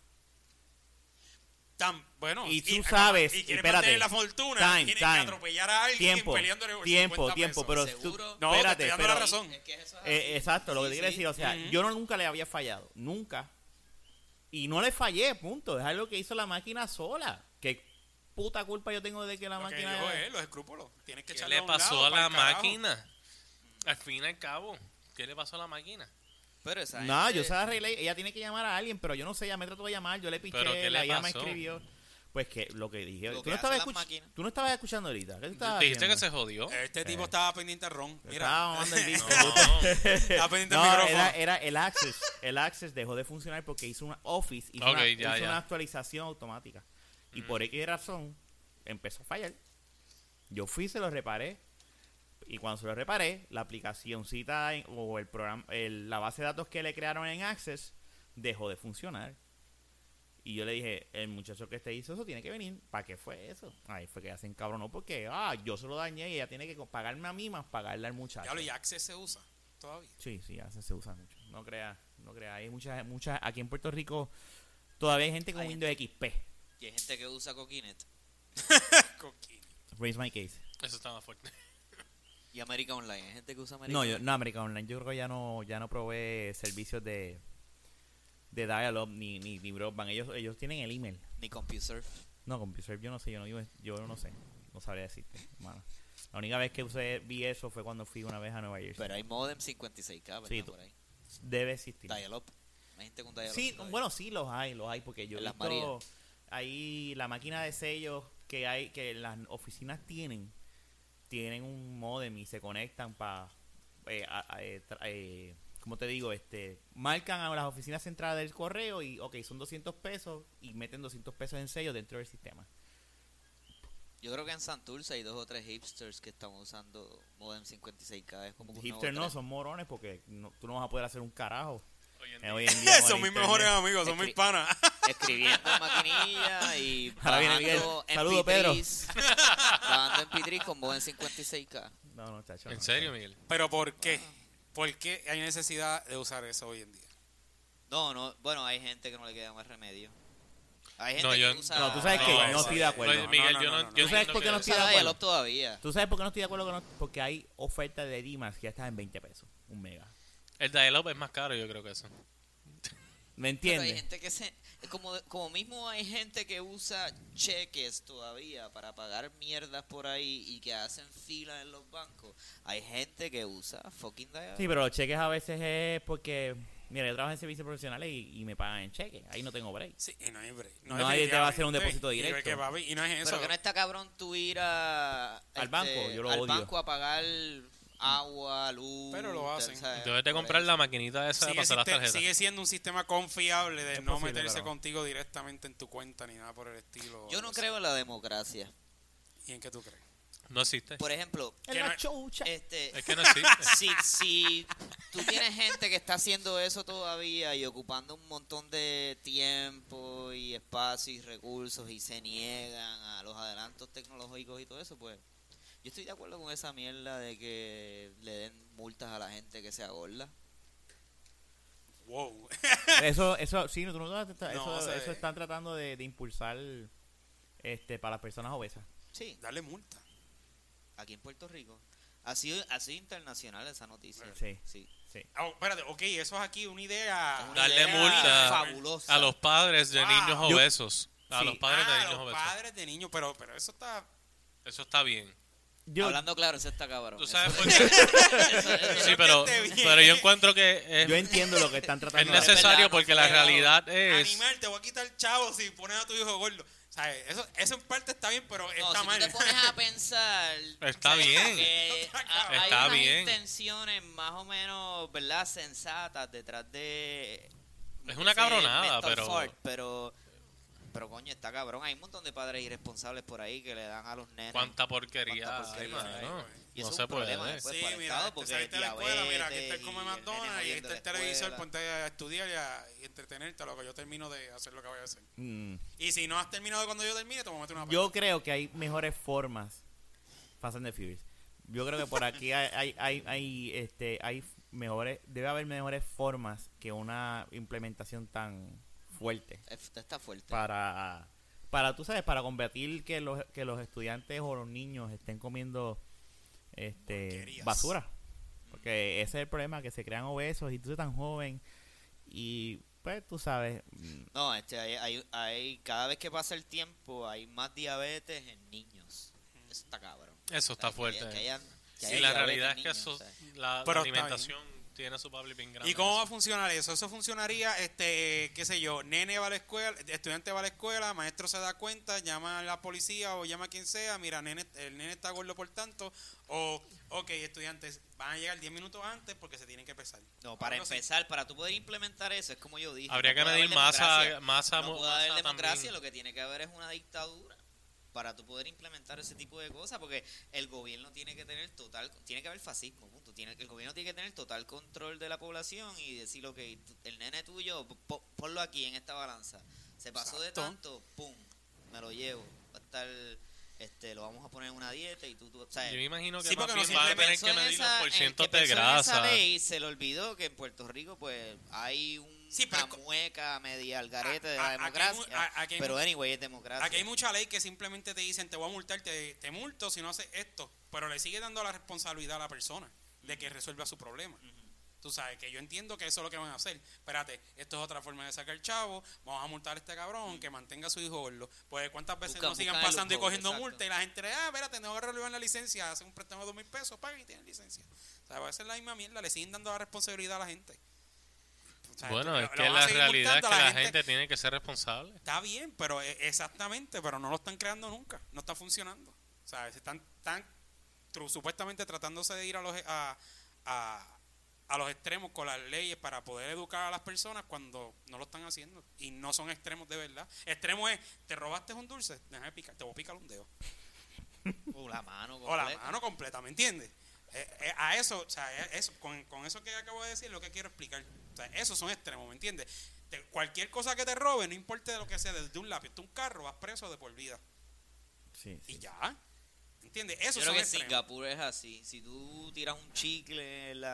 Bueno, y tú sabes, y quieres espérate, mantener la fortuna, time, tienes time. que atropellar a alguien tiempo, peleándole por tiempo, 50 tiempo, pesos. pero tú, ¿Seguro? No, te espérate, estoy dando pero- la razón. Es que eso es así. exacto, lo que Sí, te quiero sí. decir, o sea, Ujú. yo nunca le había fallado, nunca. Y no le fallé, punto. Es algo que hizo la máquina sola. ¿Qué puta culpa yo tengo de que la Lo que máquina... dijo es los escrúpulos. Tienes que ¿Qué echarle le un pasó lado a la pa'l carajo. máquina? Al fin y al cabo, ¿qué le pasó a la máquina? Pero esa No, gente- yo se la arreglé. Ella tiene que llamar a alguien, pero yo no sé, ella me trató de llamar, yo le piché, ¿Pero qué le ella me pasó? escribió. Pues que lo que dije, Lo tú que no, hacen estabas las máquinas. tú no estabas escuchando ahorita. ¿Qué tú estabas Dijiste que haciendo? se jodió. Este tipo estaba pendiente al ron. Estaba Mira. mamando el disco. No. Estaba pendiente al No, micrófono. era el Access. El Access dejó de funcionar porque hizo una Office, hizo, Ok, una, ya, hizo ya. una actualización automática. Y por X razón empezó a fallar. Yo fui, se lo reparé. Y cuando se lo reparé, la aplicacióncita o el programa, la base de datos que le crearon en Access dejó de funcionar. Y yo le dije, el muchacho que te hizo eso tiene que venir. ¿Para qué fue eso? Ahí fue que hacen cabrón, no, porque yo se lo dañé y ella tiene que pagarme a mí más pagarle al muchacho. Diablo, y Access se usa todavía. Sí, Access se usa mucho. No creas. Hay muchas, aquí en Puerto Rico todavía hay gente con Hay Windows XP. Y hay gente que usa Coquinet Coquín. Raise my case. Eso estaba fuerte. y América Online. Hay gente que usa América No, Online. no, American Online. Yo creo que ya no provee servicios de dial-up ni broadband. Ellos tienen el email. Ni CompuServe. No, CompuServe yo no sé, yo no sé. No sabría decirte, hermano. La única vez que vi eso fue cuando fui una vez a Nueva Jersey. Pero hay modem 56K, ¿verdad? Sí, Por ahí. Debe existir. Dial-up. Hay gente con dial-up. Sí, todavía. bueno, sí los hay, porque yo he En Las visto Marías. ahí la máquina de sellos que las oficinas tienen un modem y se conectan para, ¿cómo te digo? Marcan a las oficinas centrales del correo y, ok, son 200 pesos y meten 200 pesos en sellos dentro del sistema. Yo creo que en Santurce hay 2 o 3 hipsters que están usando modem 56K. Es como que un Hipster nuevo no, tren. son morones porque tú no vas a poder hacer un carajo. Hoy en día con Son mis internet. mejores amigos, son mis panas. Escribiendo en maquinilla y Ahora viene Miguel. bajando Saludos, Pedro. MP3, bajando MP3 con voz en 56K. No, chacho. ¿En no. serio, Miguel? Pero ¿por qué? ¿Por qué hay necesidad de usar eso hoy en día? No, bueno, hay gente que no le queda más remedio. Hay gente No, que yo- usa... No, tú sabes que no estoy de acuerdo. Pues, Miguel, no, yo no, no, no, yo no. ¿Tú sabes entiendo por qué que- no estoy de usa acuerdo? dial-up todavía. ¿Tú sabes por qué no estoy de acuerdo con porque hay oferta de Dimas que ya está en 20 pesos, un mega? El dial-up es más caro, yo creo que eso. ¿Me Pero hay entiendes? gente que como mismo hay gente que usa cheques todavía para pagar mierdas por ahí y que hacen fila en los bancos. Hay gente que usa fucking dial-up. Sí, pero los cheques a veces es porque, mira, yo trabajo en servicios profesionales y me pagan en cheques. Ahí no tengo break. Sí, y no hay break. Nadie te va a hacer un definitivamente. depósito Y directo. que, papi, y no es eso. Pero que no está cabrón tú ir al banco, yo lo al odio. banco a pagar agua, luz. Pero lo hacen. ¿sabes? Debes de Por comprar eso. la maquinita esa de Sigue, pasar las tarjetas. sigue siendo un sistema confiable de Es no posible, meterse pero- contigo directamente en tu cuenta ni nada por el estilo. Yo no creo en la democracia. ¿Y en qué tú crees? No existe. Por ejemplo, En Que la no- chucha. Es que no existe. si tú tienes gente que está haciendo eso todavía y ocupando un montón de tiempo y espacio y recursos y se niegan a los adelantos tecnológicos y todo eso, pues yo estoy de acuerdo con esa mierda de que le den multas a la gente que sea gorda. Wow. Eso, sí, No, o sea, eso están tratando de impulsar para las personas obesas. Sí, Darle multa. aquí en Puerto Rico. Ha sido internacional esa noticia. Sí. Sí. Ah, espérate, ok, eso es aquí una idea. Es una Darle idea multa fabulosa. A los padres de Wow. niños obesos. A Sí. los padres de Ah, niños los obesos. padres de niños, pero eso está... Eso está bien. Yo, Hablando claro, ese está cabrón. ¿Tú sabes Eso- por qué? eso- Sí, pero que esté bien. yo encuentro que yo entiendo lo que están es tratando de hacer. necesario verdad, no porque fue la legal. realidad es... Animal, te voy a quitar chavo si pones a tu hijo gordo. ¿Sabes? Eso en parte está bien, pero No, está si mal. tú te pones a pensar... Está ¿sabes? bien. Que hay Está unas bien. intenciones más o menos, ¿verdad? Sensatas detrás de... Es una ese cabronada, mental pero... fart, pero coño, está cabrón. Hay un montón de padres irresponsables por ahí que le dan a los nenes. Cuánta porquería, Cuánta porquería hay, hay, mano. Y No eso es se un problema puede. después Sí, para el mira, Estado, te porque saliste de la escuela, mira, aquí está el diabetes come y el nene McDonald's y jodiendo está el la televisor, escuela. ponte a estudiar y entretenerte a lo que yo termino de hacer lo que voy a hacer. Mm, Y si no has terminado cuando yo termine, te voy a meter una yo creo que hay mejores formas. Fast and the Furious. Yo creo que por aquí hay mejores, debe haber mejores formas que una implementación tan fuerte Está fuerte. tú sabes, para combatir que los estudiantes o los niños estén comiendo Porquerías. basura, porque ese es el problema, que se crean obesos y tú eres tan joven y pues tú sabes, No, hay cada vez que pasa el tiempo hay más diabetes en niños. Eso está cabrón. Eso está fuerte. Que Sí, haya la diabetes realidad en es que niños, eso, ¿sabes? la Pero está alimentación tiene su public bien grande. ¿Y cómo va a funcionar eso? Eso funcionaría, qué sé yo, nene va a la escuela, estudiante va a la escuela, maestro se da cuenta, llama a la policía o llama a quien sea, mira, el nene está gordo por tanto, o, ok, estudiantes van a llegar 10 minutos antes porque se tienen que pesar. No, para Algo así. empezar, para tú poder implementar eso, es como yo dije. Habría no que puede medir haber democracia. masa No puede haber masa democracia, también. lo que tiene que haber es una dictadura para tú poder implementar ese tipo de cosas, porque el gobierno tiene que tener tiene que haber fascismo, punto. El gobierno tiene que tener total control de la población y decir, ok, el nene tuyo, ponlo aquí en esta balanza. Se pasó Exacto. de tanto, pum, me lo llevo. Va a estar, lo vamos a poner en una dieta y tú ¿sabes? Yo me imagino que Sí, más porque bien no van a siempre tener que pensó en medir los esa- porcientos el que de pensó en esa grasa. ley se le olvidó que en Puerto Rico pues hay Sí, pero una mueca media al garete de a- la aquí hay democracia, mu- aquí hay pero mu- anyway es democracia. Aquí hay mucha ley que simplemente te dicen, te voy a multar, te multo si no haces esto, pero le sigue dando la responsabilidad a la persona de que resuelva su problema. Tú sabes que yo entiendo que eso es lo que van a hacer. Espérate, esto es otra forma de sacar chavo. Vamos a multar a este cabrón que mantenga a su hijo gordo. Pues cuántas veces Buscan- no sigan buscan el pasando y loophole, cogiendo exacto. multa y la gente, espérate, no renovar la licencia, hace un préstamo de $2,000, paga y tiene licencia. O sea, va a ser la misma mierda, le siguen dando la responsabilidad a la gente. O sea, Bueno, tú- es lo que van a la seguir realidad es multando que a la gente tiene que ser responsable. Está bien, pero exactamente, pero no lo están creando nunca, no está funcionando. O sea, están supuestamente tratándose de ir a los extremos con las leyes para poder educar a las personas cuando no lo están haciendo. Y no son extremos de verdad. Extremo es, te robaste un dulce, déjame picar, te voy a picar un dedo. O la mano O la completa. mano completa, ¿me entiendes? A eso, o sea, eso, con eso que acabo de decir, es lo que quiero explicar. O sea, esos son extremos, ¿me entiendes? Cualquier cosa que te robe, no importa de lo que sea, desde un lápiz, un carro, vas preso de por vida. Sí, Y sí. ya. ¿Entiendes? Yo Esos creo son que en extremos. Singapur es así. Si tú tiras un chicle en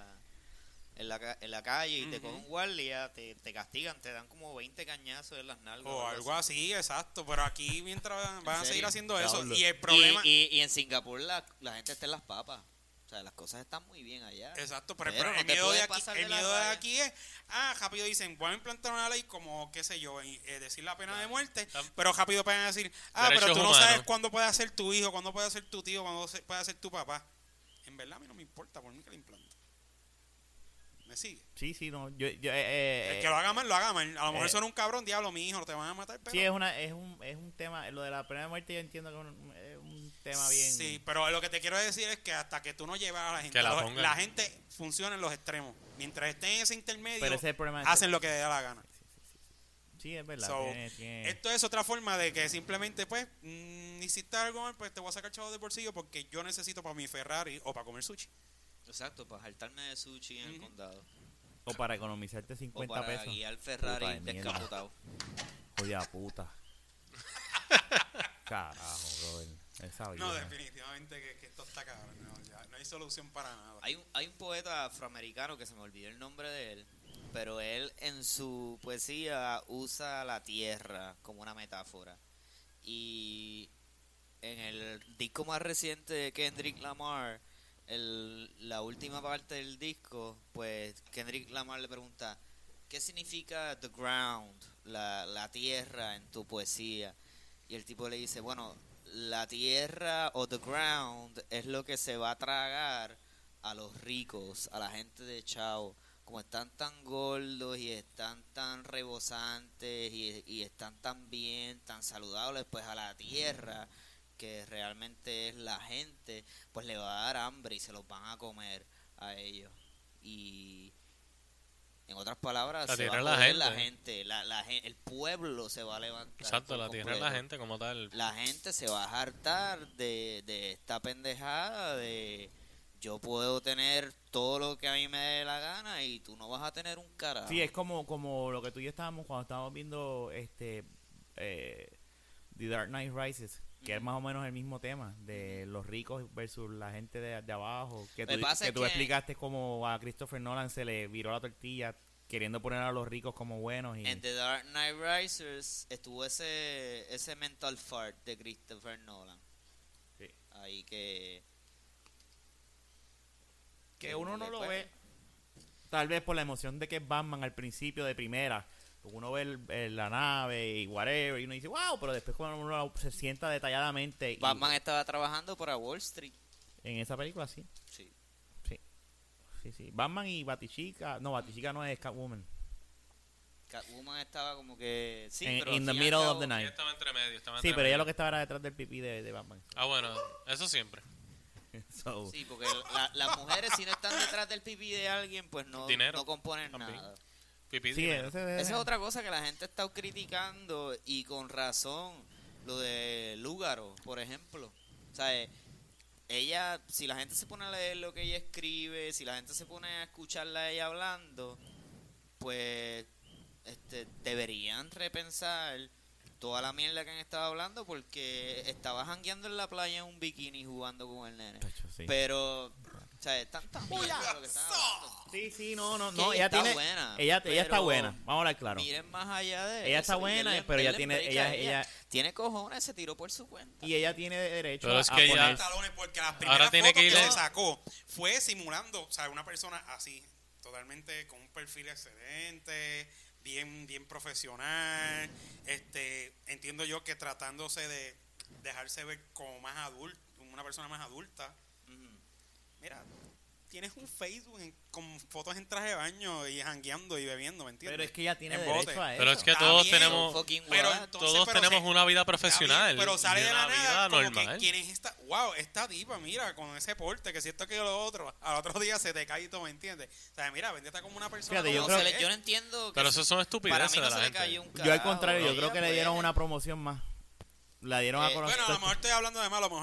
la calle y te Ujú. cogen un guardia, te castigan, te dan como 20 cañazos en las nalgas. O algo así, exacto. Pero aquí mientras van a ¿En seguir serio? haciendo eso. Diablo. Y el problema... Y en Singapur la gente está en las papas. O sea, las cosas están muy bien allá. Exacto, pero, Pero el no te miedo de puedes aquí, pasar el de la miedo de raya. aquí es, rápido dicen, voy a implantar una ley como, qué sé yo, decir la pena de muerte, pero rápido pueden decir, pero Derechos tú no humanos. sabes cuándo puede ser tu hijo, cuándo puede ser tu tío, cuándo puede ser tu papá. En verdad a mí no me importa, por mí que lo implante. ¿Me sigue? Sí, sí, no. El que lo haga mal, lo haga mal. A lo mejor son un cabrón, diablo, mi hijo, no te van a matar, pero... Sí, es un tema, lo de la pena de muerte yo entiendo que es un tema bien... Sí, pero lo que te quiero decir es que hasta que tú no llevas a la gente, Que la pongan. la gente funciona en los extremos. Mientras esté en ese intermedio, Pero ese es el problema. hacen lo que les da la gana. Sí, es verdad. So, tiene- Esto es otra forma de que simplemente, pues, hiciste algo mal, pues te voy a sacar chavo del bolsillo porque yo necesito para mi Ferrari o para comer sushi. Exacto, para saltarme de sushi en el Ujú. condado. O para economizarte O 50 para pesos. guiar Ferrari Puta de mierda. descapotado. Joder, puta. Carajo, brother. Esa No, vieja. definitivamente que esto está cabrón. No, ya, no hay solución para nada. Hay un poeta afroamericano que se me olvidó el nombre de él, pero él en su poesía usa la tierra como una metáfora. Y en el disco más reciente de Kendrick Lamar, la última parte del disco, pues Kendrick Lamar le pregunta, ¿qué significa the ground, la tierra en tu poesía? Y el tipo le dice, bueno, la tierra o the ground es lo que se va a tragar a los ricos, a la gente de Chao. Como están tan gordos y están tan rebosantes y están tan bien, tan saludables, pues a la tierra, que realmente es la gente, pues le va a dar hambre y se los van a comer a ellos. Y en otras palabras, La se va tierra a es la joder la gente. gente, el pueblo se va a levantar. Exacto, por la tierra es la completo. gente como tal. La gente se va a hartar de esta pendejada de yo puedo tener todo lo que a mí me dé la gana y tú no vas a tener un carajo. Sí, es como lo que tú y yo estábamos cuando estábamos viendo The Dark Knight Rises, que es más o menos el mismo tema de los ricos versus la gente de abajo, que Lo que pasa es tú que- explicaste como a Christopher Nolan se le viró la tortilla queriendo poner a los ricos como buenos y En The Dark Knight Rises estuvo ese mental fart de Christopher Nolan. Sí. Ahí que uno no lo pues, ve tal vez por la emoción de que es Batman al principio de primera. Uno ve la nave y whatever y uno dice wow, pero después cuando uno se sienta detalladamente y Batman estaba trabajando para Wall Street. en esa película sí. Sí. Sí. Batman y Batichica. No, Batichica no es Catwoman. Catwoman estaba como que sí, En- pero in al the fin y al middle of cabo- the Ella night. estaba entre medio. Sí, pero ella lo que estaba era detrás del pipí de Batman. Ah, bueno, eso siempre. So, Sí, porque las mujeres si no están detrás del pipí de alguien, pues no, Dinero, no componen también. nada. Pipí sí, dinero. Esa es otra cosa que la gente está criticando y con razón. Lo de Lúgaro, por ejemplo. O sea, ella, si la gente se pone a leer lo que ella escribe, si la gente se pone a escucharla a ella hablando, pues deberían repensar toda la mierda que han estado hablando porque estaba jangueando en la playa en un bikini jugando con el nene. Tacho, sí. Pero, o sea, es tanta mierda lo que están hablando. Sí, no, Que ella está tiene buena, ella está pero buena, vamos a hablar claro. Miren más allá de Ella está eso, y buena, denle- pero ella denle tiene break ella a ella tiene cojones, se tiró por su cuenta. y ella tiene derecho Pero a es que ella- poner Pantalones, porque las primeras tiene fotos que que irle- se sacó fue simulando, o sea, una persona así, totalmente con un perfil excelente, bien profesional, entiendo yo que tratándose de dejarse ver como más adulto, como una persona más adulta. Ujú. Mira, tienes un Facebook con fotos en traje de baño y jangueando y bebiendo, ¿me entiendes? pero es que ella tiene En derecho bote. a eso. Pero es que Está todos bien, tenemos, fucking Pero what? entonces, todos pero tenemos se- una vida Está profesional. bien, pero sale y de una la nada vida como normal. que quién es esta, wow, esta tipa, mira, con ese porte, que si esto que lo otro, al otro día se te cae y todo, ¿me entiendes? O sea, mira, vendete como una persona. Fíjate, yo como creo se Yo ve. no entiendo que Pero si- eso son para estupideces mí no de se la le gente. cayó un Yo al carajo, contrario, yo ella creo que le puede. dieron una promoción más. La dieron a Eh, conocer. Bueno, a lo mejor estoy hablando de malo, a lo mejor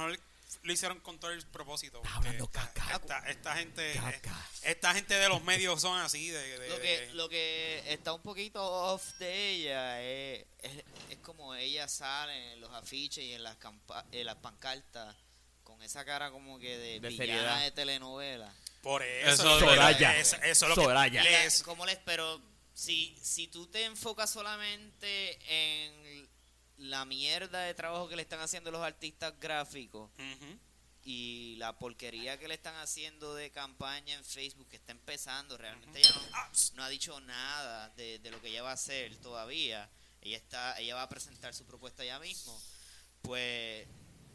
lo hicieron con todo el propósito. Está porque hablando caca. Esta gente de los medios son así. Lo que está un poquito off de ella es como ella sale en los afiches y en las pancartas con esa cara como que de villana seriedad. de telenovela. Por Eso eso. es Soraya. Eso es lo que Soraya. Pero si tú te enfocas solamente en la mierda de trabajo que le están haciendo los artistas gráficos Ujú. y la porquería que le están haciendo de campaña en Facebook que está empezando, realmente ella no ha dicho nada de lo que ella va a hacer todavía. Ella va a presentar su propuesta ya mismo. Pues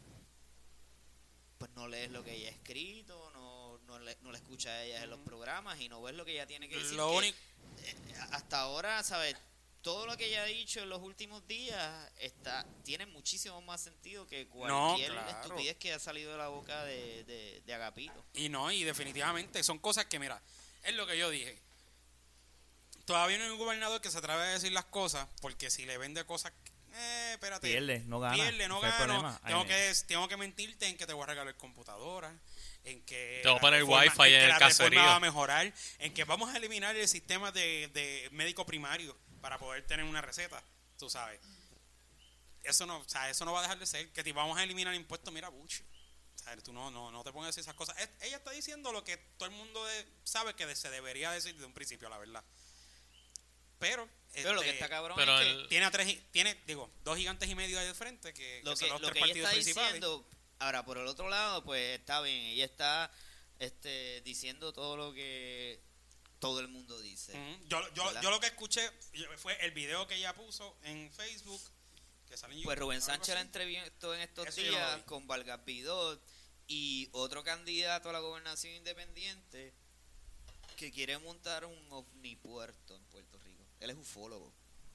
no lees lo que ella ha escrito, no la escuchas a ella en los programas y no ves lo que ella tiene que decir. Lo que, único- hasta ahora, ¿sabes? Todo lo que ella ha dicho en los últimos días tiene muchísimo más sentido que cualquier claro. estupidez que ha salido de la boca de Agapito. Y definitivamente son cosas que, mira, es lo que yo dije. Todavía no hay un gobernador que se atreve a decir las cosas, porque si le vende cosas, espérate. Pierde, no gana. Pierde, no Ese es el gano. problema. Tengo que mentirte en que te voy a regalar computadora, en que Te voy a poner la reforma- wifi en que el la caserío. reforma va a mejorar, en que vamos a eliminar el sistema de médico primario para poder tener una receta, tú sabes. Eso no va a dejar de ser, que te vamos a eliminar impuestos, mira, buche. O sea, tú no te pongas a decir esas cosas. Ella está diciendo lo que todo el mundo sabe que se debería decir desde un principio, la verdad. Pero Pero lo que está cabrón pero es que el- tiene 2 gigantes y medio ahí de frente que lo son que, los lo 3 que ella partidos está principales. diciendo, ahora por el otro lado, pues está bien, ella está diciendo todo lo que todo el mundo dice. Ujú. ¿Verdad? Yo lo que escuché fue el video que ella puso en Facebook, que sale en Pues YouTube, Rubén algo Sánchez la así. entrevistó en estos Eso yo no lo días vi. con Vargas Vidot y otro candidato a la gobernación independiente que quiere montar un ovnipuerto en Puerto Rico. Él es ufólogo.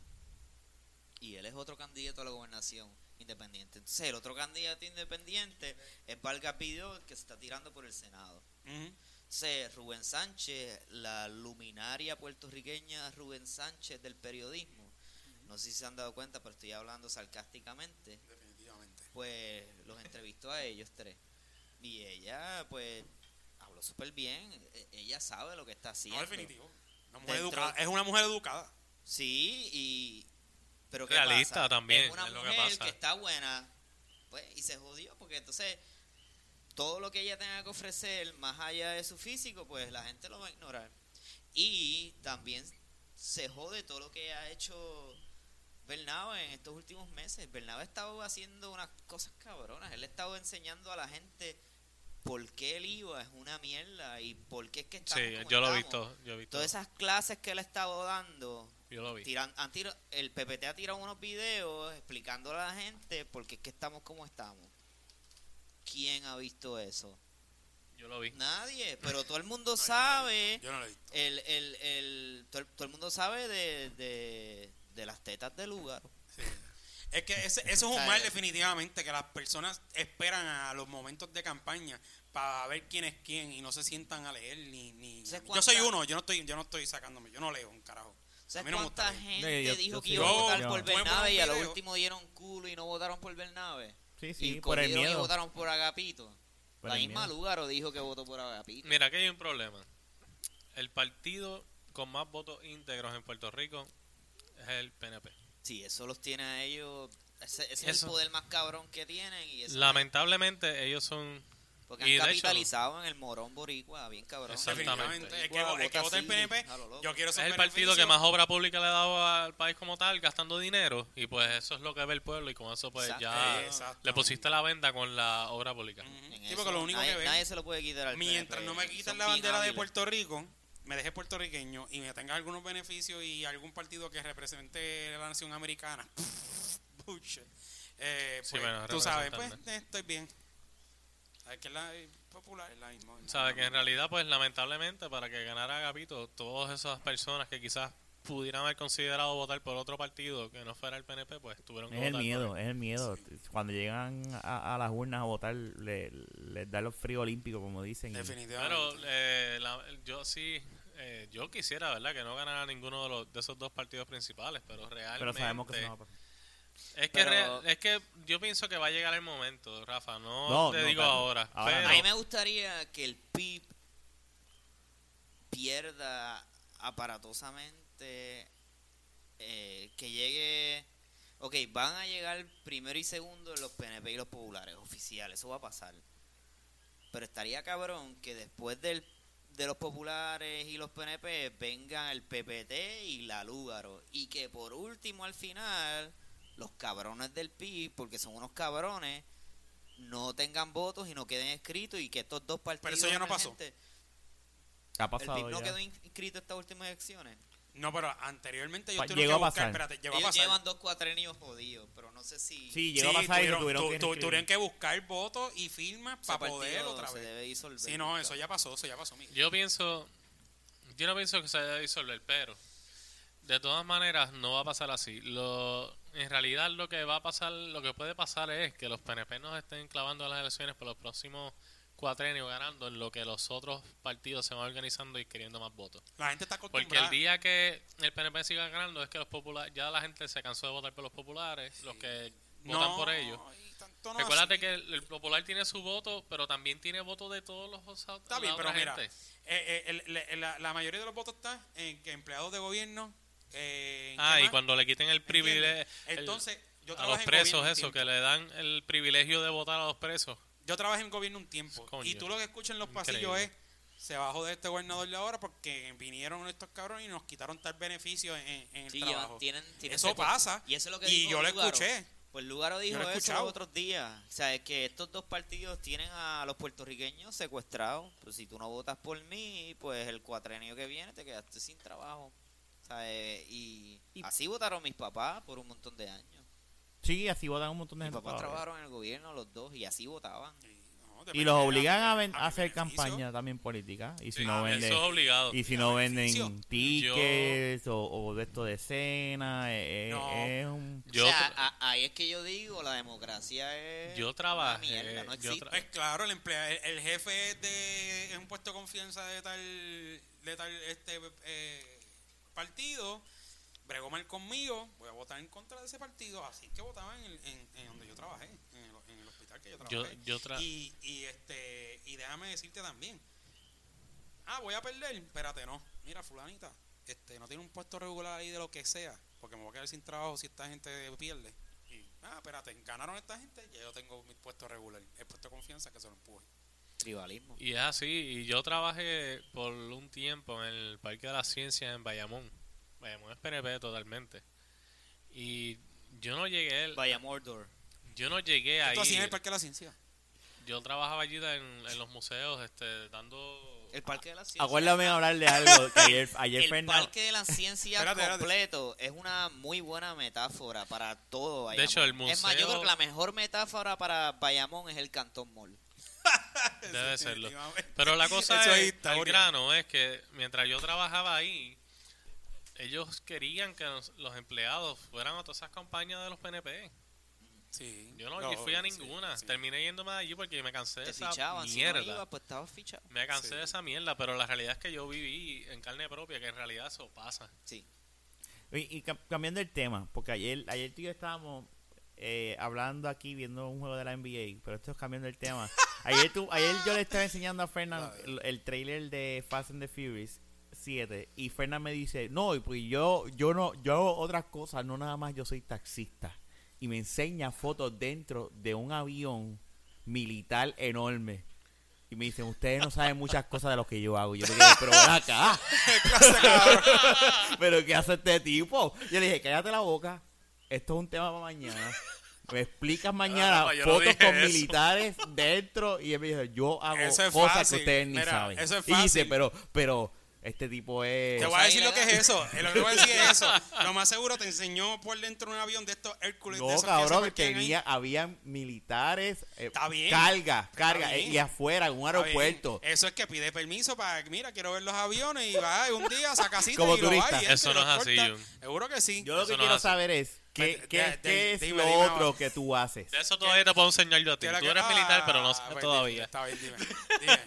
Y él es otro candidato a la gobernación independiente. Entonces, el otro candidato independiente es Vargas Vidot, que se está tirando por el Senado. Ujú. Entonces, Rubén Sánchez, la luminaria puertorriqueña Rubén Sánchez del periodismo, no sé si se han dado cuenta, pero estoy hablando sarcásticamente, Definitivamente. pues los entrevistó a ellos 3. Y ella, pues, habló súper bien. Ella sabe lo que está haciendo. No, definitivo. Una mujer Dentro- educada. Es una mujer educada. Sí, pero ¿qué Realista pasa? también, Es una es lo que mujer pasa. está buena, pues, y se jodió, porque entonces todo lo que ella tenga que ofrecer, más allá de su físico, pues la gente lo va a ignorar. Y también se jode todo lo que ha hecho Bernabe en estos últimos meses. Bernabe ha estado haciendo unas cosas cabronas. Él ha estado enseñando a la gente por qué el IVA es una mierda y por qué es que estamos Sí, como yo lo he estamos. visto. Yo he visto. Todas esas clases que él ha estado dando, Yo lo vi. el PPT ha tirado unos videos explicándole a la gente por qué es que estamos como estamos. ¿Quién ha visto eso? Yo lo vi. Nadie, pero todo el mundo sabe. Yo no lo he visto. Todo el mundo sabe de las tetas del lugar. Sí. Es que eso es un mal definitivamente, que las personas esperan a los momentos de campaña para ver quién es quién y no se sientan a leer ni ¿Sabes yo soy cuánta- uno, yo no estoy sacándome, yo no leo un carajo. A ¿Sabes mí no me gusta cuánta leer. gente Yo dijo que sí, iba a votar yo- por yo voy a poner Bernabe y a lo video. último dieron culo y no votaron por Bernabe? Sí, Y sí, por el cogieron y miedo. votaron por Agapito. Por La el misma miedo. Lugaro dijo que votó por Agapito. Mira, aquí hay un problema. El partido con más votos íntegros en Puerto Rico es el PNP. Sí, eso los tiene a ellos. Ese es el Eso. poder más cabrón que tienen. Y eso Lamentablemente, ellos son... porque y han de hecho- capitalizado en el morón boricua, bien cabrón. Exactamente. Definitivamente. El Boricua que vota vota el así, PNP, a lo loco. yo quiero Es esos el partido que beneficios. más obra pública le ha dado al país como tal, gastando dinero. Y pues eso es lo que ve el pueblo y con eso pues Exacto. ya Exacto. le pusiste la venda con la obra pública. Ujú. En Sí, eso, porque lo único nadie, que ven, nadie se lo puede quitar al mientras PNP, no me quitan son la bien bandera de hábiles. Puerto Rico, me deje puertorriqueño y me tenga algunos beneficios y algún partido que represente la nación americana. Bullshit. Sí, Pues, bueno, tú sabes, pues representante. estoy bien. Sabes que es la popular, es la misma. Sabes que en realidad pues lamentablemente para que ganara Agapito, todas esas personas que quizás pudieran haber considerado votar por otro partido que no fuera el PNP, pues tuvieron que Es el votar miedo, por él. es el miedo. Cuando llegan a las urnas a votar, les da los fríos olímpicos, como dicen. y- Definitivamente. Pero yo sí, yo quisiera, ¿verdad? Que no ganara ninguno de esos dos partidos principales, pero realmente... Pero sabemos que eso no va a pasar. Es que, Pero- es que yo pienso que va a llegar el momento, Rafa. No, No, te no, digo claro. ahora. Ahora pero A mí me gustaría que el PIB pierda aparatosamente, que llegue... Ok, van a llegar primero y segundo los PNP y los populares oficiales, eso va a pasar. Pero estaría cabrón que después de los populares y los PNP vengan el PPT y la Lúgaro. Y que por último al final los cabrones del PIB, porque son unos cabrones, no tengan votos y no queden escritos y que estos dos partidos... Pero eso ya no pasó. emergentes- Ha ¿El pasado PIB no ya. quedó inscrito en estas últimas elecciones? No, pero anteriormente Pa- ellos llegó tuvieron que a buscar, pasar. espérate, llegó a Ellos pasar. llevan 2 cuatrenios jodidos, pero no sé si... Sí, Sí, llegó a pasar y lo tuvieron, tuvieron que inscribir. tuvieron que buscar votos y firmas ese para partido poder otra se vez. debe disolver. Sí, no, eso ya pasó, Miguel. yo no pienso que se debe disolver, pero de todas maneras no va a pasar así. En realidad lo que va a pasar, lo que puede pasar es que los PNP nos estén clavando en las elecciones por los próximos cuatrenios ganando en lo que los otros partidos se van organizando y queriendo más votos. La gente está Porque acostumbrada. el día que el PNP siga ganando es que los populares, ya la gente se cansó de votar por los populares, los que votan por ellos. y tanto no Recuérdate así. que el popular tiene su voto, pero también tiene voto de todos los Está bien, la pero otra mira, gente. la mayoría de los votos está en que empleados de gobierno. ¿qué Y más? cuando le quiten el privilegio ¿Entiendes? Entonces, yo a trabajé los en presos, gobierno un eso, que tiempo. le dan el privilegio de votar a los presos. Yo trabajé en gobierno un tiempo. Coño. Y tú lo que escuchas en los Increíble. pasillos es: se bajó de este gobernador de ahora porque vinieron estos cabrones y nos quitaron tal beneficio en el Sí, trabajo. tienen Eso pasa. Y eso es lo que Y dijo yo lo Lúgaro. escuché. Pues Lúgaro dijo Yo lo he eso escuchado. los otros días. O sea, es que estos dos partidos tienen a los puertorriqueños secuestrados. Pues si tú no votas por mí, pues el cuatrenio que viene te quedaste sin trabajo. O sea, y así votaron mis papás por un montón de años. Sí, así votan un montón de Mis gente. papás todavía. trabajaron en el gobierno los dos y así votaban. Y los obligan a, mi a hacer beneficio. campaña también política. Y si Sí, no venden, eso es obligado. y si A no beneficio. venden tickets o de esto de cena, No. es un... Yo, o sea, ahí es que yo digo, la democracia es yo una trabajé, mierda, no yo existe. Pues claro, el jefe es un puesto de confianza de tal partido, bregó mal conmigo, voy a votar en contra de ese partido, así que votaba en donde yo trabajé, en el hospital que yo trabajé. Y déjame decirte también, voy a perder, espérate, no, mira fulanita, no tiene un puesto regular ahí de lo que sea, porque me voy a quedar sin trabajo si esta gente pierde. Y, espérate, ganaron esta gente, ya yo tengo mi puesto regular, el puesto de confianza que se lo empuje. Tribalismo. y es así, y yo trabajé por un tiempo en el Parque de las Ciencias en Bayamón. Bayamón es PNP totalmente. Y yo no llegué, Vaya Mordor. yo no llegué ahí. Esto así en el Parque de la Ciencia. Yo trabajaba allí en los museos, dando... El Parque de la Ciencia. Acuérdame de hablar de algo que ayer El Fernando... Parque de la Ciencia Espérate. completo es una muy buena metáfora para todo Bayamón. De hecho, el Es más, yo museo- creo que la mejor metáfora para Bayamón es el Cantón Mall. Debe serlo. Definitivamente. Pero la cosa Eso es, historia. al grano, es que mientras yo trabajaba ahí, ellos querían que los empleados fueran a todas esas campañas de los PNP. Sí. Yo no fui a ninguna. sí. Terminé yéndome de allí porque me cansé de Te esa fichaban. mierda. Si no ibas, pues estabas fichado. Me cansé Sí. de esa mierda, pero la realidad es que yo viví en carne propia que en realidad eso pasa. Sí. Y cambiando el tema, porque ayer tú y yo estábamos hablando aquí, viendo un juego de la NBA, pero esto es cambiando el tema. Ayer yo le estaba enseñando a Fernan el trailer de Fast and the Furious 7 y Fernan me dice, no, pues yo hago otras cosas, no nada más yo soy taxista. Y me enseña fotos dentro de un avión militar enorme. Y me dicen, ustedes no saben muchas cosas de lo que yo hago. Y yo le digo, pero ven acá. ¿Pero qué hace este tipo? Yo le dije, cállate la boca. Esto es un tema para mañana. Me explicas mañana Rafa, yo no fotos dije con eso. militares dentro. Y él me dice, yo hago Eso es cosas fácil. que ustedes ni Mira, saben. eso es Y dice, fácil. pero este tipo es... Te voy a decir lo que es eso. Lo que te voy a decir es eso. Lo más seguro te enseñó por dentro de un avión de estos Hércules. de No, esos que cabrón, se parquean ahí. habían militares, Está bien. carga, Está bien. y afuera, en un Está bien. aeropuerto. Eso es que pide permiso para, mira, quiero ver los aviones y va un día, saca cita Como y lo turista. va y entra Eso y no lo es así, corta. Jun. Seguro que sí. Yo lo que Eso no quiero hace. saber es, ¿qué es Dime, lo dime, otro que tú haces? De eso todavía te puedo enseñar yo a ti. ¿Qué es lo Tú que- eres militar, pero no pues, todavía. Está bien, dime.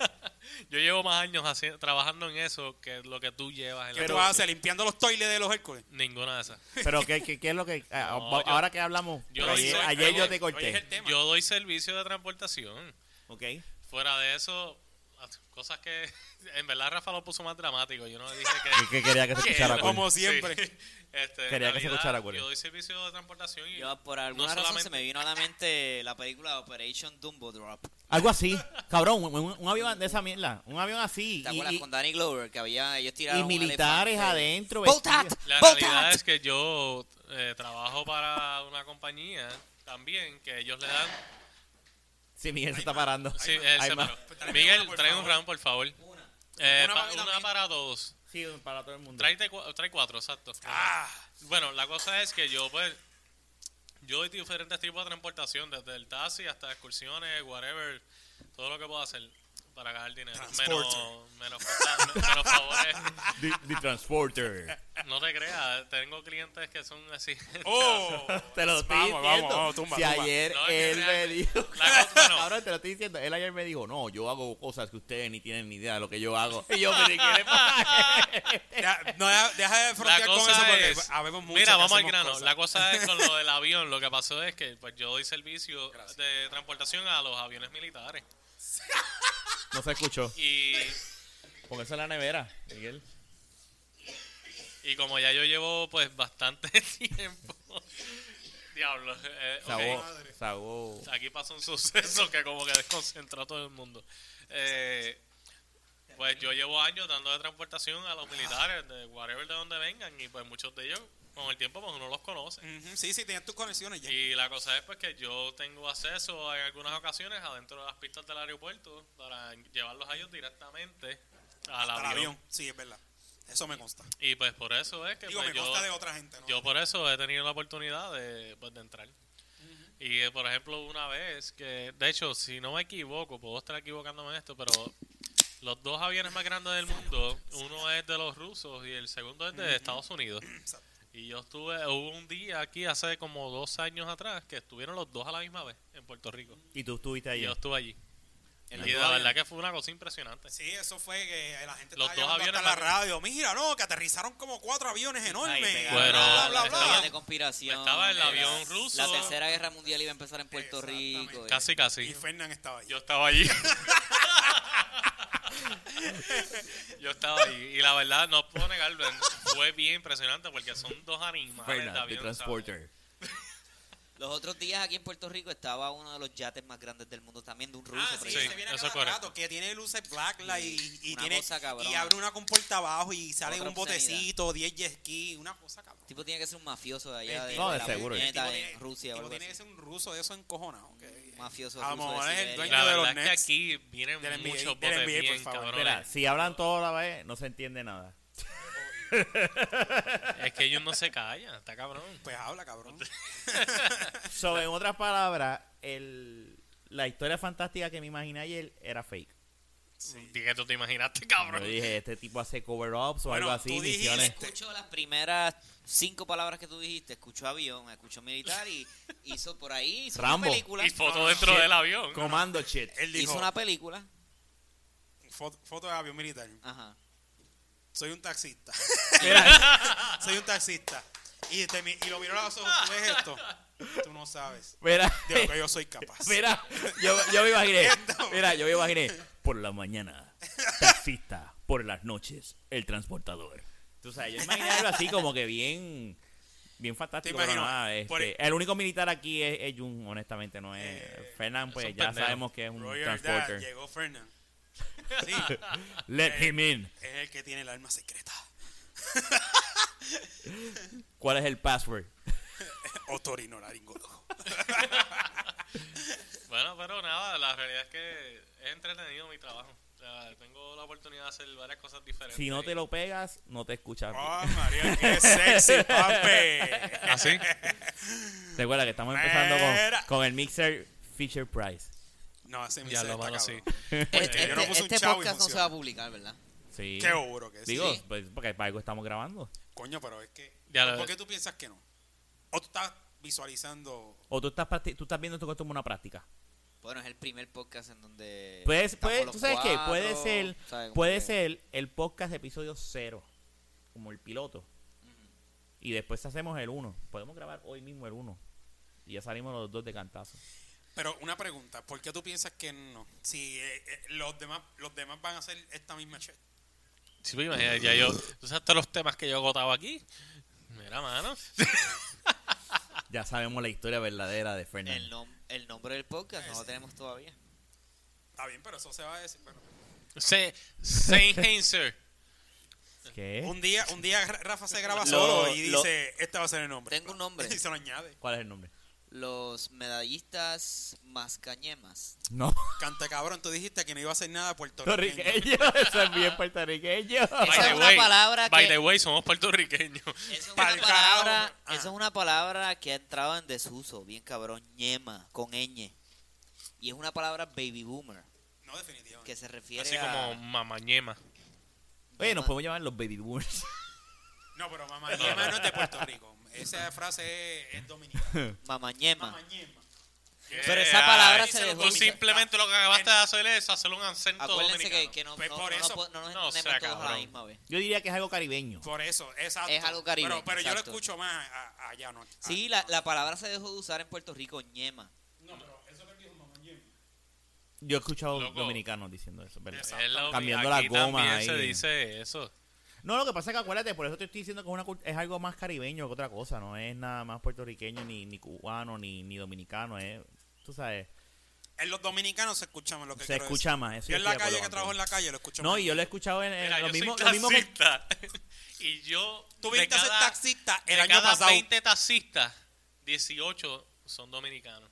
Yo llevo más años trabajando en eso que lo que tú llevas en ¿Qué la tú vas a hacer? ¿Limpiando los toiles de los Hércules? Ninguna de esas. Pero ¿qué es lo que... No, ahora que hablamos, yo pero soy- ayer yo te Hoy es corté. el tema. Yo doy servicio de transportación. ¿Ok? Fuera de eso, cosas que en verdad Rafa lo puso más dramático. Yo no le dije Que quería que se escuchara cool. Como siempre. Sí. En Quería que se realidad, escuchara cool. Yo doy servicio de transportación y Yo, por alguna no razón solamente- se me vino a la mente la película Operation Dumbo Drop. Algo así. Cabrón, un avión de esa mierda. Un avión así. ¿Te acuerdas Y, con Danny Glover que había ellos tiraron y un militares elefante? adentro. ¡Botat! vestidos. La ¡Botat! realidad es que yo trabajo para una compañía también que ellos le dan. Sí, Miguel se está parando. Sí, él Hay se más. paró. Tráeme Miguel, una, por trae un favor. round, por favor. Una Una, para mí también. para dos. Sí, para todo el mundo. Trae cuatro, exacto. Ah, Bueno, la cosa es que yo doy diferentes tipos de transportación, desde el taxi hasta excursiones, whatever, todo lo que puedo hacer para ganar dinero. Menos favores. The Transporter. No te creas, tengo clientes que son así. ¡Oh! Te lo estoy diciendo. Vamos, tumba, si tumba. ayer No, es que él me realmente- dijo... Bueno, Cabrón, te lo estoy diciendo. Él ayer me dijo, no, yo hago cosas que ustedes ni tienen ni idea de lo que yo hago. Y yo, pero ¿qué le pasa? Deja de la frontear con eso cosa porque es, habemos mucho mira, que vamos al hacemos grano. cosas. La cosa es con lo del avión. Lo que pasó es que pues yo doy servicio de transportación a los aviones militares. No se escuchó. Y Póngase en la nevera, Miguel. Y como ya yo llevo pues bastante tiempo. Diablo. Se Ok. ahogó. Se ahogó. Aquí pasó un suceso que como que desconcentró a todo el mundo. Pues yo llevo años dando de transportación a los militares, de whatever de donde vengan. Y pues muchos de ellos, con el tiempo, pues uno los conoce. Ujú, sí, tienes tus conexiones ya. Y la cosa es pues que yo tengo acceso en algunas ocasiones adentro de las pistas del aeropuerto para llevarlos a ellos directamente al Hasta el avión. avión. Sí, es verdad. Eso me consta. Y pues por eso es que Digo, pues, me consta de otra gente, ¿no? yo por eso he tenido la oportunidad de, pues, de entrar. Y por ejemplo, una vez que, de hecho, si no me equivoco, puedo estar equivocándome en esto, pero los dos aviones más grandes del mundo, uno es de los rusos y el segundo es de Estados Unidos. Exacto. Y yo hubo un día aquí hace como 2 años atrás que estuvieron los dos a la misma vez en Puerto Rico. Y tú estuviste Y allí. yo estuve allí. En Y los la dos verdad que fue una cosa impresionante. Sí, eso fue que la gente Los estaba dos llamando aviones hasta la más- radio. Mira, no, que aterrizaron como 4 aviones enormes. pegaron. Pero bla, bla, Teorías bla. de conspiración. Estaba el la- avión ruso. La tercera guerra mundial iba a empezar en Puerto Exactamente. Rico. Casi, Y casi. Fernan estaba ahí. Yo estaba allí. Yo estaba ahí. Y la verdad, no puedo negarlo. Fue bien impresionante porque son dos animales de Fernan, The avión. Transporter. Los otros días aquí en Puerto Rico estaba uno de los yates más grandes del mundo también, de un ruso. Ah, sí, Sí, ese viene a eso es cada correcto. rato, que tiene luces blacklight y Una tiene cosa cabrona. y abre una compuerta abajo y sale Otra un botecito, 10 jet ski, una cosa cabrón. El tipo tiene que ser un mafioso de allá El de, tipo- No, de la seguro. puñeta El tipo en Rusia o tipo algo tiene así. que ser un ruso de eso encojonado. Mafioso A lo ruso de mejor es el Siberia. dueño La de los verdad es que Nets. aquí vienen Del NBA, muchos del botes NBA, por bien favor. cabrones. Mira, si hablan todo a la vez, no se entiende nada. Es que ellos no se callan, está cabrón. Pues habla, cabrón. So, en otras palabras, la historia fantástica que me imaginé ayer era fake. Dije, tú te imaginaste, Yo cabrón. dije, este tipo hace cover-ups o Bueno, algo así, tú dijiste- misiones. Escucho las primeras 5 palabras que tú dijiste. Escuchó avión, escuchó militar y hizo por ahí. Hizo Rambo. una película. Y foto No, dentro shit. del avión. Comando shit. Él dijo, Hizo una película. foto de avión militar. Ajá. Soy un taxista. Mira, Soy un taxista. Y lo miró a los ojos. ¿Tú ves esto? Tú no sabes mira, de lo que yo soy capaz. mira, yo me imaginé, mira, yo me imaginé, por la mañana, taxista, por las noches, el transportador. Tú sabes, yo me imaginé algo así como que bien fantástico, Te pero imagino, nada, por el único militar aquí es Jun, honestamente, no es Fernan, pues un ya pendejo. sabemos que es un Roger Dad, transporter. llegó Fernan. Sí, Let him in. es el que tiene el arma secreta. ¿Cuál es el password? Otorino laringólogo. Bueno, pero nada, la realidad es que es entretenido mi trabajo. O sea, tengo la oportunidad de hacer varias cosas diferentes. Si no te lo pegas, no te escuchas. ¡Oh, María, qué sexy, papi! ¿Así? Recuerda que estamos empezando Mira. con el Mixer Feature Price. No, ese Ya me lo malo, sí. Yo no puse un Este chavo y podcast no se funciona. va a publicar, ¿verdad? Sí. Qué seguro que sí. Digo, pues, porque para algo estamos grabando. Coño, pero es que... Ya lo- ¿Por qué tú piensas que no? ¿O tú estás visualizando...? O tú estás viendo esto como una práctica. Bueno, es el primer podcast en donde... Puede, estamos los ¿tú sabes qué? Puede cuatro, ser, ¿sabes? Como puede que- ser el podcast episodio 0, como el piloto. Y después hacemos el 1. Podemos grabar hoy mismo el 1. Y ya salimos los dos de cantazo. Pero una pregunta, ¿por qué tú piensas que no? Si los demás van a hacer esta misma shit. Sí, pues imagínate, ya yo... ¿Tú sabes todos los temas que yo he agotado aquí? Mira, mano. Ya sabemos la historia verdadera de Fernando. El nombre del podcast no lo tenemos todavía. Está bien, pero eso se va a decir. Bueno. Saint Hanser. ¿Qué? Un día Rafa se graba Lo- solo y lo- dice, este va a ser el nombre. Tengo un nombre. Y se lo añade. ¿Cuál es el nombre? Los medallistas mascañemas. No. Canta cabrón, tú dijiste que no iba a hacer nada puertorriqueño. Puertorriqueño. Eso es bien puertorriqueño. Esa By es the una way, palabra By que... the way, somos puertorriqueños. Esa es Pa'l una palabra, carajo. Ah. esa es una palabra que ha entrado en desuso, bien cabrón, ñema, con ñ. Y es una palabra baby boomer, No, definitivamente. que se refiere Así a... como mamañema. Oye, nos podemos llamar los baby boomers. No, pero mamá ñema no es de Puerto Rico. Esa frase es dominicana. Mamañema. Mamá ñema. Pero esa palabra se se dejó dejó... Tú simplemente lo que acabaste de hacer es hacer un acento Acuérdense dominicano. que no, Pues no, por no, eso- no nos no ponemos sea todos a la cabrón. misma vez. Yo diría que es algo caribeño. Por eso, exacto. Es algo caribeño, Pero yo lo exacto. escucho más allá, ¿no? Sí, la palabra se dejó de usar en Puerto Rico, ñema. No, pero eso que dijo mamá ñema. Yo he escuchado Loco. dominicanos diciendo eso, ¿verdad? Exacto. Es lo que Cambiando aquí las gomas también ahí. se dice eso. No, lo que pasa es que acuérdate, por eso te estoy diciendo que es algo más caribeño que otra cosa, no es nada más puertorriqueño, ni cubano, ni dominicano, tú sabes, En los dominicanos se escucha más lo que se quiero escucha decir. más. Eso Yo en estoy la de calle acuerdo que trabajo en contigo. la calle lo escucho No, más. y yo lo he escuchado en Mira, lo yo mismo, soy lo mismo que... taxista. Y yo... Tú de viniste a ser cada- taxista el de año cada pasado. 20 taxistas, 18 son dominicanos.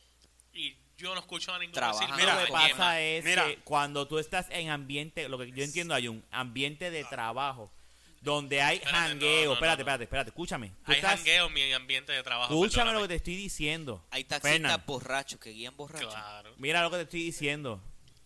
Y yo no escucho a ninguno Trabajan. decir Mira, Lo que mamañema. pasa es Mira. que cuando tú estás en ambiente, lo que yo entiendo hay un ambiente de trabajo, donde hay Espérate, jangueo, no. espérate, escúchame. Tú Hay estás- jangueo en mi ambiente de trabajo. Escúchame lo perdóname. que te estoy diciendo. Hay taxistas Fernan, borrachos que guían borrachos. Claro. mira lo que te estoy diciendo.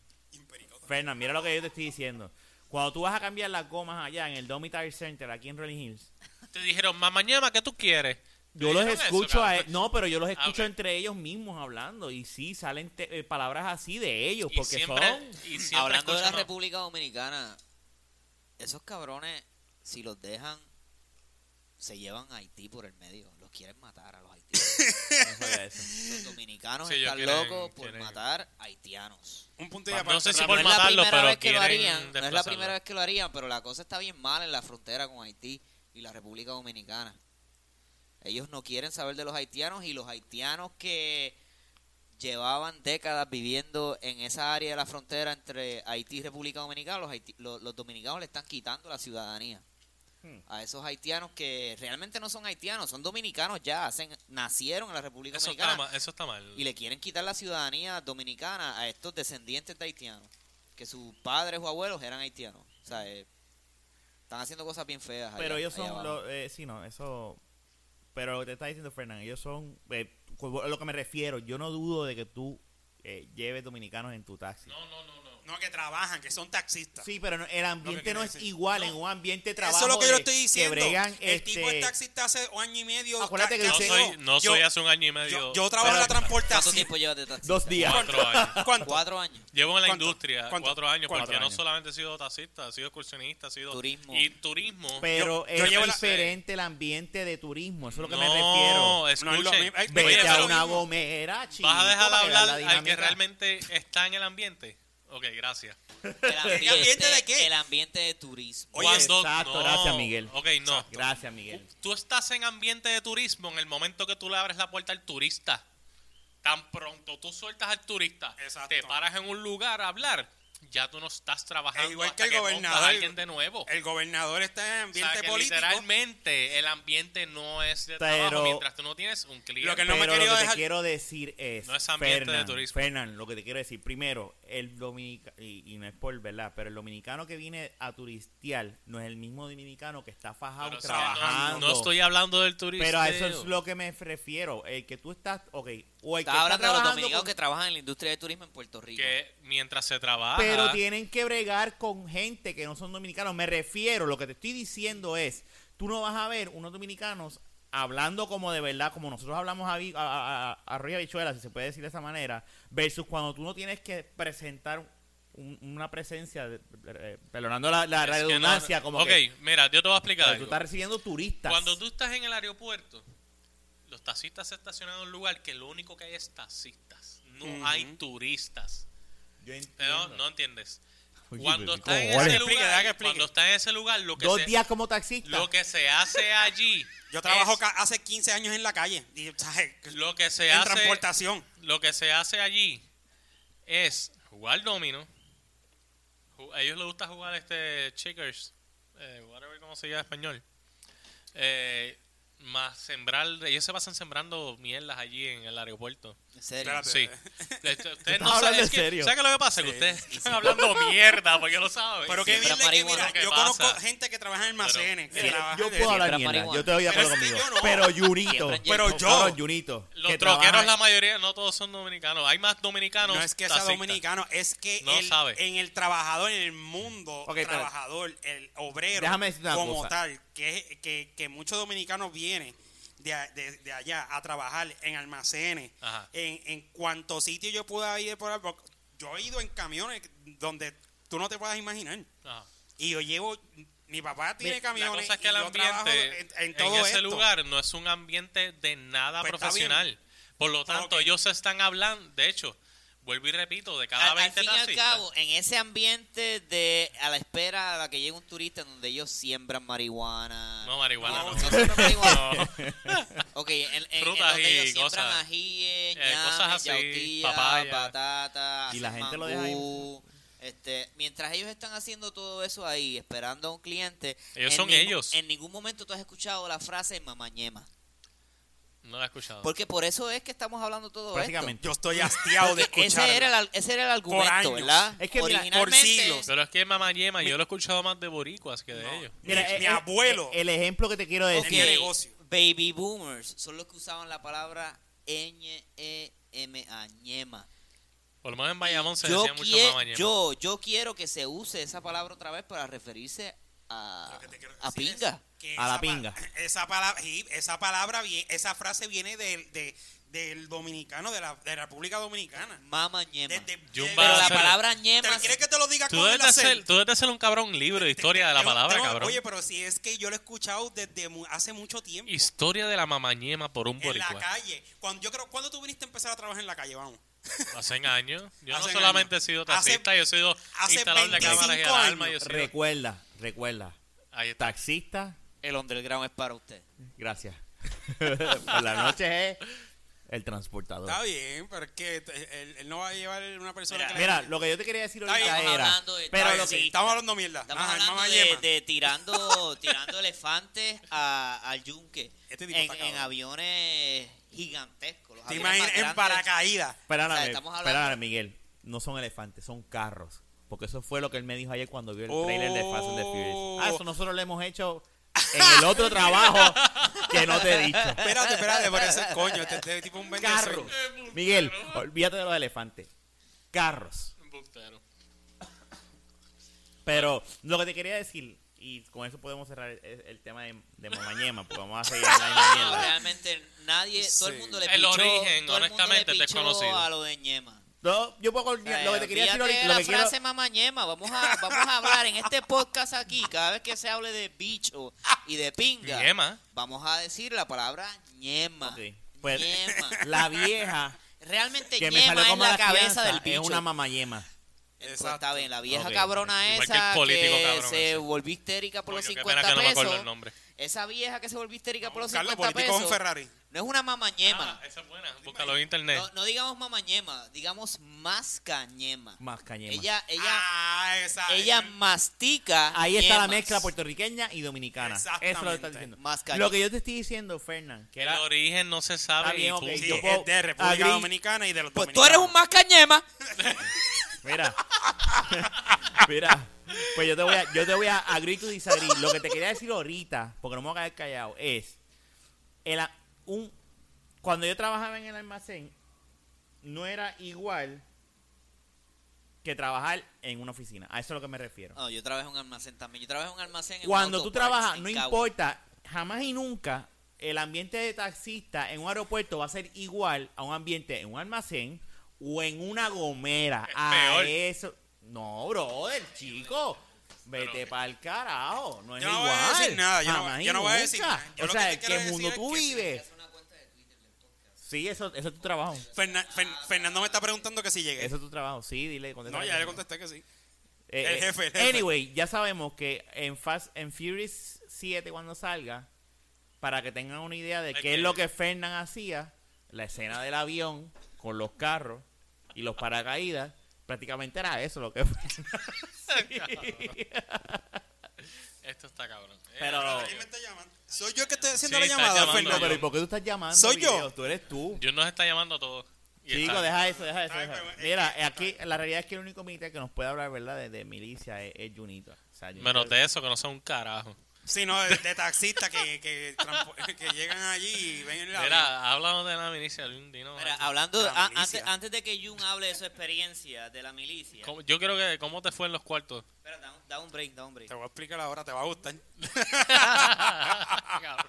Fernan, mira lo que yo te estoy diciendo. Cuando tú vas a cambiar las gomas allá en el Dormitory Center, aquí en Rolling Hills, Te dijeron, mamañema, ¿qué tú quieres? yo los dijeron eso, escucho cabrón? no, pero yo los escucho ok. entre ellos mismos hablando y sí salen palabras así de ellos Y porque siempre, son y siempre Hablando de la escuchan, República Dominicana, esos cabrones, si los dejan, se llevan a Haití por el medio. Los quieren matar a los haitianos. no sabía eso. Los dominicanos Sí, ellos están quieren- locos por quieren- matar haitianos. Un punto y No aparte. sé si rápido. por No es la matarlo, primera pero vez que lo quieren harían, no es la desplazarlo. primera vez que lo harían, pero la cosa está bien mal en la frontera con Haití y la República Dominicana. Ellos no quieren saber de los haitianos y los haitianos que llevaban décadas viviendo en esa área de la frontera entre Haití y República Dominicana, los dominicanos le están quitando la ciudadanía a esos haitianos que realmente no son haitianos, son dominicanos ya, nacieron en la República Eso Dominicana está, eso está mal. y le quieren quitar la ciudadanía dominicana a estos descendientes de haitianos, que sus padres o abuelos eran haitianos. O sea, están haciendo cosas bien feas. Pero allá- ellos allá son abajo. sí, no, eso pero lo que te está diciendo Fernan, ellos son a lo que me refiero, yo no dudo de que tú lleves dominicanos en tu taxi. No. No, que trabajan, que son taxistas. Sí, pero el ambiente quiere no es decir. igual No. en un ambiente de trabajo. Eso es lo que yo de- estoy diciendo. Que bregan, El tipo es taxista hace un año y medio. Acuérdate que No usted- soy, no Yo- soy hace un año y medio. Yo trabajo en la ¿Cuánto transportación. tiempo llevas de taxista? 2 días. 4 años. ¿Cuánto? 4 años. Llevo en la ¿Cuánto? industria ¿Cuánto? 4 años, porque 4 no años. solamente he sido taxista, he sido excursionista, he sido... Turismo. Y turismo. Pero Yo es llevo diferente el ambiente de turismo, eso es lo que no, me refiero. No es lo escuchen. mismo. Ay, Vete Oye, a pero una mismo. gomera, chico. ¿Vas a dejar de para que veas hablar la al que dinámica. realmente está en el ambiente? Ok, gracias. ¿El ambiente de qué? El ambiente de turismo. Oye, exacto, gracias, Miguel. Ok, no. Gracias, Miguel. Tú estás en ambiente de turismo en el momento que tú le abres la puerta al turista. Tan pronto tú sueltas al turista, Exacto. te paras en un lugar a hablar, ya tú no estás trabajando Es igual hasta que el pongas gobernador. a alguien de nuevo. El gobernador está en O ambiente sea, que político. literalmente el ambiente no es de Pero- trabajo mientras tú no tienes un cliente. Lo que no me Pero quería lo que dejar- te quiero decir es, No es ambiente de turismo. Fernan, lo que te quiero decir, primero, el dominicano, y no es por verdad, pero el dominicano que viene a turistear no es el mismo dominicano que está fajado Pero, o sea, trabajando. no estoy hablando del turismo. Pero a eso es lo que me refiero, el que tú estás, ok, o el que Estás está hablando de los trabajando dominicanos con- que trabajan en la industria de turismo en Puerto Rico. que mientras se trabaja... pero tienen que bregar con gente que no son dominicanos. Me refiero, lo que te estoy diciendo es, tú no vas a ver unos dominicanos hablando como de verdad, como nosotros hablamos arriba bichuela, si se puede decir de esa manera, versus cuando tú no tienes que presentar una presencia, perdonando la Es que redundancia, no- como ok, que mira, yo te voy a explicar tú algo. estás recibiendo turistas. Cuando tú estás en el aeropuerto, los taxistas se estacionan en un lugar que lo único que hay es taxistas. No hay turistas. Yo entiendo. Pero no entiendes. Oye, Cuando pero estás en cojones. ese Explique, deja que lugar, explique. cuando estás en ese lugar, 2 días como taxista. lo que se hace allí, Yo trabajo es- hace 15 años en la calle. Y, ¿sabes? lo que se En hace, transportación. lo que se hace allí es jugar domino. A ellos les gusta jugar checkers, whatever como se llama en español. Más sembrar, ellos se pasan sembrando mierdas allí en el aeropuerto. En serio. Espérate. Sí. Ustedes ¿Estás no saben, hablando es en que, serio? ¿sabes qué es lo que pasa? Que ustedes están hablando mierda, porque lo saben. Pero qué Siembra mierda que marihuana. mira, ¿Qué yo pasa? conozco gente que trabaja en almacenes. que Mira, trabaja yo de- puedo hablar siembra mierda, marihuana. yo estoy de acuerdo Pero es que conmigo. yo no. Pero Junito, Siembran Pero hierba. yo- cabrón, Junito, Los que troqueros, trabaja- la mayoría, no todos son dominicanos. Hay más dominicanos. No es que sea taxistas. dominicano, es que No sabe. en el trabajador, en el mundo Ok, espérate. trabajador, el obrero Déjame decirte una como cosa. tal, que muchos dominicanos vienen de allá a trabajar en almacenes, Ajá. en cuantos sitios yo pueda ir por ahí, porque yo he ido en camiones donde tú no te puedas imaginar. Ajá. Y yo llevo, mi papá tiene La camiones cosa es que y el yo trabajo ambiente en en todo ese esto. lugar no es un ambiente de nada Pues está profesional. Por lo tanto, Ok. ellos se están hablando, de hecho, vuelvo y repito, de cada Al 20 fin y al taxistas. cabo, en ese ambiente de a la espera a la que llegue un turista en donde ellos siembran marihuana. No, marihuana no. No siembran marihuana. No. Ok, en Frutas donde y ellos siembran cosas. ajíes, Cosas ñames, así, yautía, papaya. batata, Y la hacen gente lo deja ahí. mangú. Mientras ellos están haciendo todo eso ahí, esperando a un cliente, Ellos en son ellos. En ningún momento tú has escuchado la frase mamañema. No lo he escuchado. Porque por eso es que estamos hablando todo esto. Prácticamente. Yo estoy hastiado de Porque escuchar. ese era el argumento, años. ¿verdad? Es que mira, por siglos. Pero es que Mamá Yema, yo lo he escuchado más de boricuas que de ellos. Mira, Mi abuelo. El ejemplo que te quiero Ok, decir. Tenía negocio. baby boomers son los que usaban la palabra ñema, ñema. Por lo menos en Bayamón se Yo, decía mucho quie- Mamá Yema. yo quiero que se use esa palabra otra vez para referirse a Lo que te quiero a decir es pinga. que A la esa pinga. Esa palabra, esa frase viene del dominicano, de la República Dominicana. Mama ñema. Jumba Pero la Cero. palabra ñema ¿Te quieres que te lo diga Tú con debes, el acento? tú debes de ser un cabrón libro de historia de la palabra, Tengo- cabrón. Oye, pero si es que yo lo he escuchado desde hace mucho tiempo. Historia de la mamañema por un En la boricua. calle. ¿Cuándo tú viniste a empezar a trabajar en la calle? Vamos. Hace años. Yo no Hace solamente años. he sido taxista, yo he sido hace instalador de 25 cámaras y alarmas. años. Yo he sido... Recuerda. Ahí está. Taxista, El underground es para usted. gracias. Por la noche es el transportador. Está bien, pero es que él no va a llevar una persona que Mira, lo que yo te quería decir Está bien. ahorita Estamos era. hablando de- Pero Está lo bien, que. sí, estamos hablando mierda. Estamos Ajá, hablando mamá de, yema. de tirando elefantes al yunque Este tipo en, está cabrón. en aviones gigantescos. Los Te aviones imaginas más en grandes. paracaídas. Espérame, O sea, estamos hablando- espérame, Miguel. No son elefantes, son carros. Porque eso fue lo que él me dijo ayer cuando vio el trailer de Fast and the Furious. Ah, eso nosotros lo hemos hecho en el otro trabajo que no te he dicho. Espérate, por ese coño. Este tipo es un vendedor. Carros. Miguel, olvídate de los elefantes. Carros. Embustero. Pero lo que te quería decir, y con eso podemos cerrar el tema de Mamañema, porque vamos a seguir en la misma No, mierda. realmente nadie, todo el Sí. mundo le El pichó, origen, todo el mundo honestamente, le pichó desconocido. a lo de ñema. No, yo puedo, lo que te quería decir Olvídate ahorita, de lo la que quiero, frase mamañema, vamos a hablar en este podcast aquí, cada vez que se hable de bicho y de pinga, Ñema. vamos a decir la palabra ñema. Ok, pues, ñema. la vieja Realmente que me ñema salió es como la la cabeza del es bicho. una mamayema. Pues está bien, la vieja Ok. cabrona Igual que el esa político que cabrón se ese. volvió histérica por los Coño, qué 50 pena que no me acuerdo pesos. el nombre. Esa vieja que se volvió histérica por los Carlos, 50 político es un pesos. Ferrari. No es una mamañema. Ah, esa es buena. Búscalo en internet. No digamos mamañema, digamos mascañema. Más cañema. Ella Esa. mastica. Ahí está la ñemas. mezcla puertorriqueña y dominicana. Eso es lo que estás diciendo. Más cañema. Lo que yo te estoy diciendo, Fernán, que El era origen no se sabe. Está bien, y ok, punto. Sí, yo puedo- es de República agree- Dominicana y de los Pues tú eres un mascañema. Mira, mira, pues yo te voy a agree to disagree. Lo que te quería decir ahorita, porque no me voy a quedar callado, es cuando yo trabajaba en el almacén, no era igual que trabajar en una oficina. A eso es a lo que me refiero. No, yo trabajo en un almacén también. Yo trabajo en un almacén en Cuando un tú autoparts trabajas, en no Cagua. importa, jamás y nunca el ambiente de taxista en un aeropuerto va a ser igual a un ambiente en un almacén o en una gomera. Es A peor. eso. No, brother, chico. Vete para el carajo. No es Yo no igual. voy a decir nada, Jamás y yo no voy a decir nunca. nada. Yo O lo sea, que te ¿qué quiero mundo decir tú es que sí. vives? Sí, eso es tu trabajo. Fernando me está preguntando que si llegué. Eso es tu trabajo. Sí, dile. contesta. No, ya le contesté que sí. Eh, El jefe. Anyway, ya sabemos que en Fast and Furious 7 cuando salga, para que tengan una idea de Es qué es que- lo que Fernan hacía, la escena del avión con los carros y los paracaídas, prácticamente era eso lo que Esto está cabrón. Pero, ¿Quién me está llamando? Soy yo que estoy haciendo Sí, la está llamada, llamando. no, Fernando. pero ¿y por qué tú estás llamando? Soy yo. videos? Tú eres tú. Dios nos está llamando a todos. Y Chico, está- deja eso. Ay, deja. pero- Mira, aquí la realidad es que el único militar que nos puede hablar, ¿verdad? De milicia es Junito. O sea, Junito Menos es- de eso, que no son un carajo. Sí, no, de taxistas que llegan allí y ven el avión. Mira, háblanos de la milicia, Dino. Mira, hablando, La milicia. antes de que Jun hable de su experiencia de la milicia. Yo quiero que, ¿cómo te fue en los cuartos? Espera, da un break. Te voy a explicar ahora, te va a gustar. Cabrón.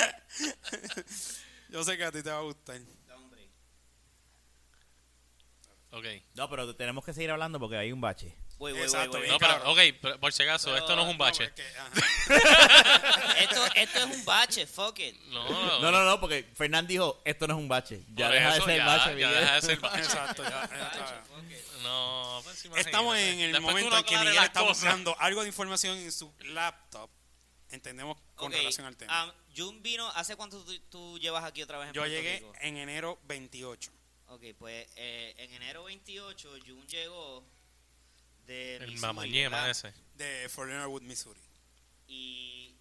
Yo sé que a ti te va a gustar. Da un break. Ok. No, pero tenemos que seguir hablando porque hay un bache. Voy. Exacto, bien. No, pero, cabrón. ok, por si acaso, esto no es un bache. No, porque, ajá. Esto es un bache, fuck it. No, porque Fernán dijo, esto no es un bache. Ya Por deja eso, de ser ya, bache, ya Miguel. deja de ser bache. Exacto, ya. No, pues imagínate. Estamos en el Después momento tú no en que aclares Miguel las está cosas. buscando algo de información en su laptop. Entendemos con Ok, relación al tema. Jun vino, ¿hace cuánto tú llevas aquí otra vez en Yo Puerto llegué Rico? en enero 28. Ok, pues en enero 28 Jun llegó de El Missouri, mamañema ¿verdad? ese. De Fort Leonard Wood, Missouri. Y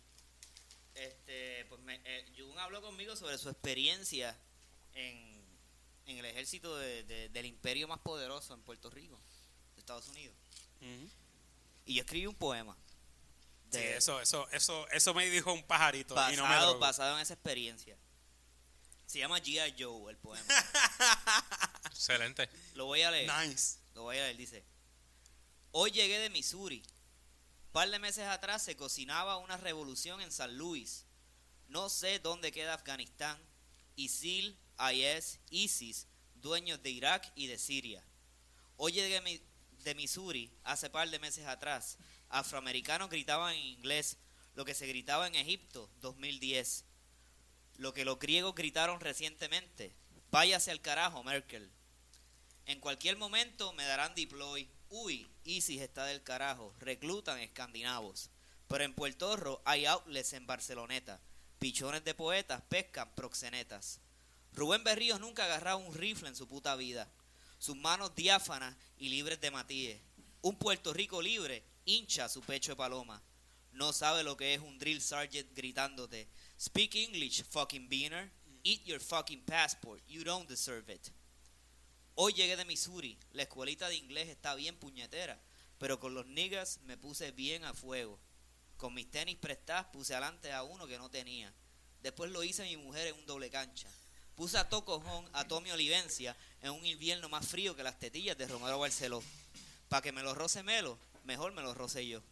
pues Jun habló conmigo sobre su experiencia en el ejército del imperio más poderoso en Puerto Rico, de Estados Unidos. Ujú. Y yo escribí un poema. Sí, de- eso me dijo un pajarito y no me basado, drogo. basado en esa experiencia. Se llama G.I. Joe el poema. Excelente. Lo voy a leer. Nice. Lo voy a leer, dice. Hoy llegué de Missouri. Par de meses atrás se cocinaba una revolución en San Luis. No sé dónde queda Afganistán. ISIL, IS, ISIS, dueños de Irak y de Siria. Hoy llegué de Missouri hace par de meses atrás. Afroamericanos gritaban en inglés lo que se gritaba en Egipto 2010. Lo que los griegos gritaron recientemente. Váyase al carajo, Merkel. En cualquier momento me darán deploy. Uy, ISIS está del carajo. Reclutan escandinavos. Pero en Puerto Rico hay outlets en Barceloneta. Pichones de poetas pescan proxenetas. Rubén Berríos nunca ha agarrado un rifle en su puta vida. Sus manos diáfanas y libres de matíes. Un Puerto Rico libre hincha su pecho de paloma. No sabe lo que es un drill sergeant gritándote. Speak English, fucking beaner. Eat your fucking passport. You don't deserve it. Hoy llegué de Missouri. La escuelita de inglés está bien puñetera. Pero con los niggas me puse bien a fuego. Con mis tenis prestados puse adelante a uno que no tenía. Después lo hice a mi mujer en un doble cancha. Puse a Tocojón, a Tommy Olivencia en un invierno más frío que las tetillas de Romero Barceló. Para que me lo roce Melo, mejor me lo roce yo.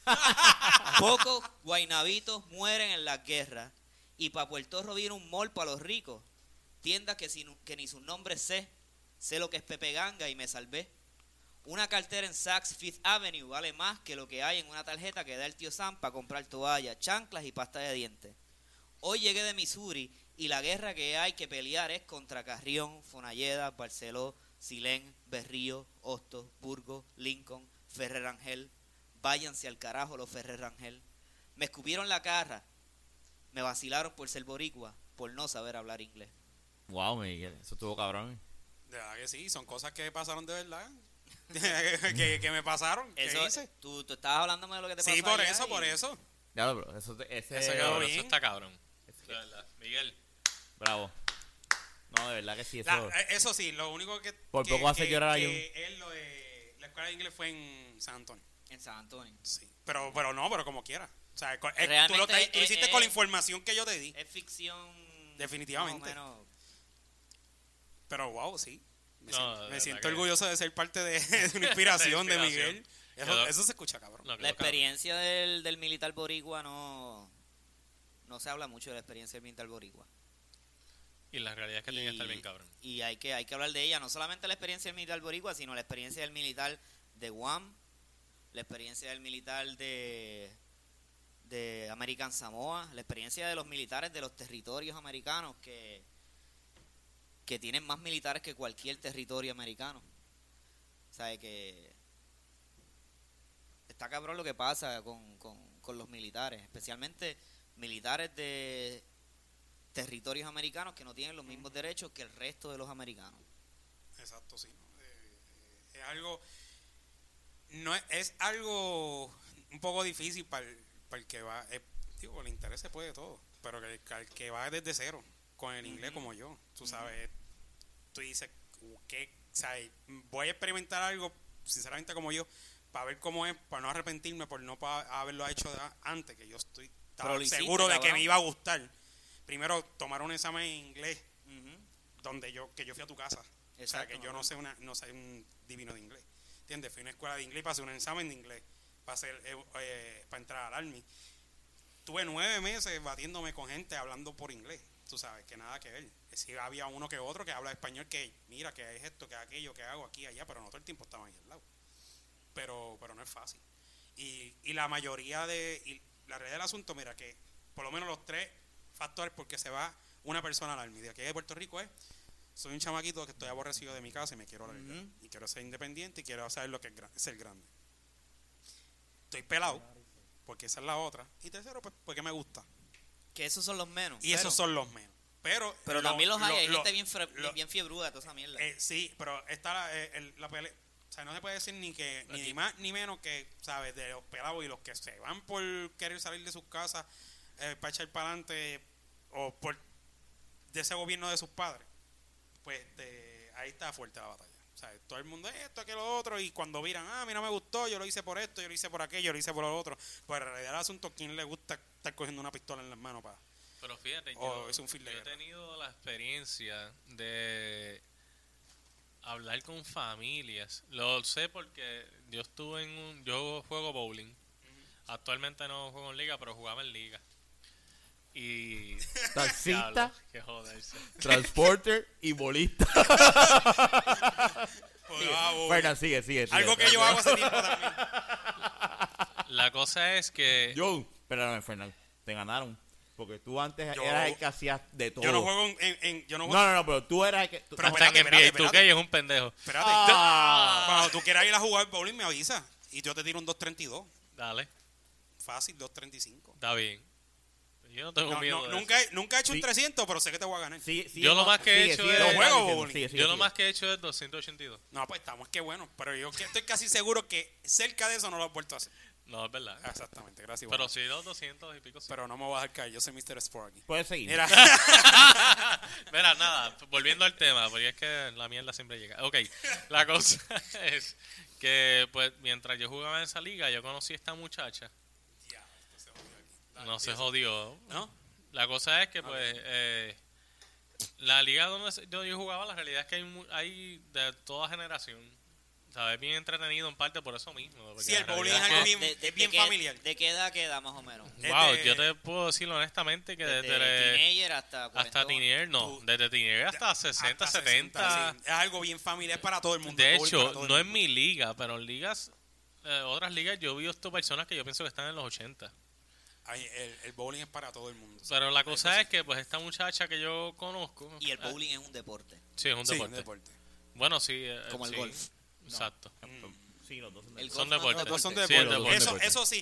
Pocos guaynabitos mueren en las guerras. Y para Puerto Rico viene un mall para los ricos. Tiendas que ni sus nombres sé. Sé lo que es Pepe Ganga y me salvé. Una cartera en Saks Fifth Avenue vale más que lo que hay en una tarjeta que da el tío Sam para comprar toallas, chanclas y pasta de dientes. Hoy llegué de Missouri y la guerra que hay que pelear es contra Carrión, Fonalleda, Barceló, Silén, Berrío, Hostos, Burgos, Lincoln, Ferrer Rangel. Váyanse al carajo los Ferrer Rangel. Me escupieron la cara. Me vacilaron por ser boricua, por no saber hablar inglés. Wow, Miguel, eso estuvo cabrón. De verdad que sí, son cosas que pasaron de verdad. que me pasaron. ¿Qué Eso, hice? tú estabas hablándome de lo que te pasó Sí, por allá eso, y- por eso. Ya, bro, ese Eso quedó Cabrón, bien. eso está cabrón. De verdad. Miguel. Bravo. No, de verdad que sí, eso. Eso sí, lo único que. Por que- poco hace que- llorar a que Jun. él lo de la escuela de inglés fue en San Antonio. En San Antonio. Sí. Pero como quiera. O sea, Realmente tú hiciste es- con la información que yo te di. Es ficción. Definitivamente. más o menos. Pero wow, sí. Me No, siento, de me verdad siento que- orgulloso de ser parte de una inspiración de inspiración. Miguel. Quedó- Eso se escucha, cabrón. No, La quedó cabrón. experiencia del militar boricua no no se habla mucho de la experiencia del militar boricua. Y la realidad es que tiene que estar bien cabrón. Y hay que hablar de ella, no solamente la experiencia del militar boricua, sino la experiencia del militar de Guam, la experiencia del militar de American Samoa, la experiencia de los militares de los territorios americanos que tienen más militares que cualquier territorio americano. O sea, que está cabrón lo que pasa con los militares, especialmente militares de territorios americanos que no tienen los mismos derechos que el resto de los americanos. Exacto, sí. Es algo, no es algo un poco difícil para el que va, digo, el interés se puede todo, pero el que va desde cero con el inglés como yo, tú sabes, tú dices que, ¿sabes? Voy a experimentar algo, sinceramente como yo, para ver cómo es, para no arrepentirme por no haberlo hecho antes, que yo estaba seguro de que me iba a gustar. Primero tomar un examen en inglés, donde yo fui a tu casa. Exacto, o sea, que yo no sé un divino de inglés. ¿Entiendes? Fui a una escuela de inglés para hacer un examen de inglés, para entrar al Army. Tuve 9 meses batiéndome con gente hablando por inglés. Tú sabes, que nada que ver. Sí, había uno que otro que habla español, que mira, que es esto, que es aquello, que hago aquí, allá, pero no todo el tiempo estaba ahí al lado. Pero no es fácil. Y la mayoría y la realidad del asunto, mira, que por lo menos los 3 factores porque se va una persona al Army de aquí de Puerto Rico soy un chamaquito que estoy aborrecido de mi casa y me quiero largar. Y quiero ser independiente y quiero saber lo que es ser grande. Estoy pelado, porque esa es la otra. Y tercero, pues porque me gusta. Que esos son los menos. Y esos son los menos. Pero también los hay gente bien fiebruda de toda esa mierda. Sí, pero está la pelea. O sea, no se puede decir ni más ni menos que, ¿sabes? De los pelados y los que se van por querer salir de sus casas para echar para adelante o por de ese gobierno de sus padres. Pues ahí está fuerte la batalla. O sea, todo el mundo esto, aquello, lo otro, y cuando miran, a mí no me gustó, yo lo hice por esto, yo lo hice por aquello, yo lo hice por lo otro. Pues en realidad el asunto, ¿quién le gusta estar cogiendo una pistola en las manos para? Pero fíjate, Es un film de yo he guerra. tenido la experiencia de hablar con familias. Lo sé porque yo estuve yo juego bowling. Actualmente no juego en liga, pero jugaba en liga. Y Taxista, diablo, qué joderse. transporter y bolista. Bueno, sigue. Algo que yo hago hace tiempo también. La cosa es que Yo, espérame, Fernando, te ganaron. Porque tú antes Yo- eras el que hacías de todo. Yo no juego yo no juego. No, pero tú eras el que... Pero hasta que espérate, NBA 2K es un pendejo. Espérate. Ah. Cuando tú quieras ir a jugar bowling, me avisa. Y yo te tiro un 2.32. Dale, Fácil, 2.35. está bien. Yo no tengo No, miedo de nunca he hecho Sí. un 300, pero sé que te voy a ganar. Yo lo más que he hecho es- Yo juego bowling. Yo lo más que he hecho es 282. No, pues estamos que bueno. Pero yo estoy casi seguro que cerca de eso no lo has vuelto a hacer. No, es verdad. Exactamente, gracias. Pero Iván. sí, los 200 y pico. Sí. Pero no me voy a dejar caer. Yo soy Mr. Sport aquí. Puedes seguir. Mira, Mira, nada, volviendo al tema, porque es que la mierda siempre llega. Ok, la cosa es que, pues, mientras yo jugaba en esa liga, yo conocí a esta muchacha. No se jodió. ¿no? La cosa es que, pues, la liga donde yo jugaba, la realidad es que hay de toda generación. ¿Sabes? Bien entretenido en parte por eso mismo. porque Sí, el la bowling realidad es es algo que- bien, es bien qué- familiar. ¿De qué edad queda más o menos? Wow, Este- yo te puedo decir honestamente que Desde desde teenager hasta hasta cuarentón. teenager, no, Tú- desde teenager hasta 60, Hasta 70. 60, sí. Es algo bien familiar para todo el mundo. De el bowling para hecho, todo el no es mundo. mi liga, pero en ligas, otras ligas, yo vi visto personas que yo pienso que están en los 80. Ay, el bowling es para todo el mundo. Pero la cosa Eso es que, pues, esta muchacha que yo conozco... Y el bowling es un deporte. Sí, es un sí, deporte. un deporte. Bueno, sí. Como el sí, golf. Exacto. Sí, los dos son de El Son golf no es deportes. Los dos son Sí, deportes. es deporte. Eso sí,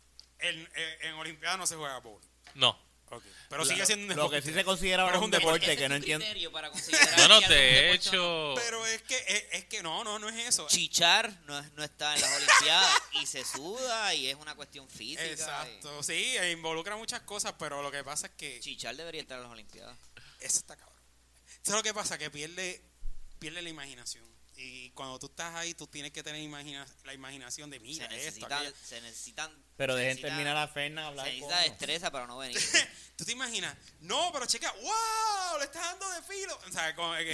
en Olimpiadas no se juega bowling. No. Okay. Pero sigue siendo un Lo deporte. que sí se considera Pero ahora es un un deporte. deporte Ese que no es tu entiendo. criterio para considerar Bueno, que algo es un de deporte o no. hecho... Pero es que no es eso. Chichar no está en las Olimpiadas y se suda y es una cuestión física. Exacto. Sí, involucra muchas cosas, pero lo que pasa es que Chichar debería estar en las Olimpiadas. eso está cabrón. Eso es lo que pasa, que pierde la imaginación. Y cuando tú estás ahí, tú tienes que tener la imaginación de mira esto, aquello. Se necesitan. Pero se dejen necesita- terminar a Fernan hablar. Se necesita coño. destreza para no venir. ¿Tú te imaginas? No, pero checa, ¡wow! Le estás dando de filo. O sea, como que...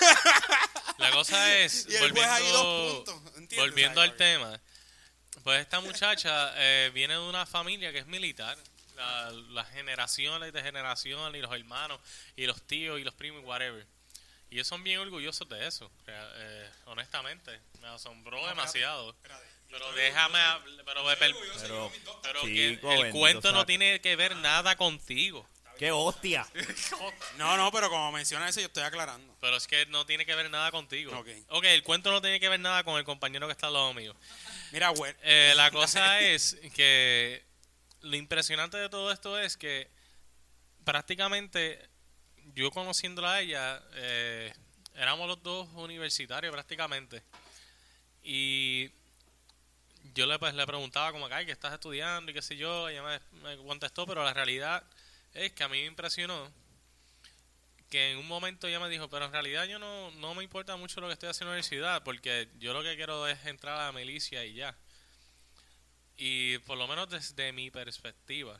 La cosa es, Y el juez ahí 2 puntos, ¿entiendes? volviendo ¿Sabes? al tema, pues esta muchacha viene de una familia que es militar. las generaciones de generaciones y los hermanos y los tíos y los primos y whatever. Y ellos son bien orgullosos de eso, honestamente. Me asombró demasiado. Pero déjame hablar, pero que chico, el bendito cuento no sea. tiene que ver nada contigo. ¡Qué hostia! No, pero como menciona eso, yo estoy aclarando. Pero es que no tiene que ver nada contigo. Ok. El cuento no tiene que ver nada con el compañero que está al lado mío. Mira, güey. La cosa es que lo impresionante de todo esto es que prácticamente yo conociéndola a ella, éramos los dos universitarios prácticamente. Y yo le preguntaba como que, ¿qué estás estudiando? Y qué sé yo. Ella me contestó, pero la realidad es que a mí me impresionó que en un momento ella me dijo, pero en realidad yo no me importa mucho lo que estoy haciendo en la universidad, porque yo lo que quiero es entrar a la milicia y ya. Y por lo menos desde mi perspectiva,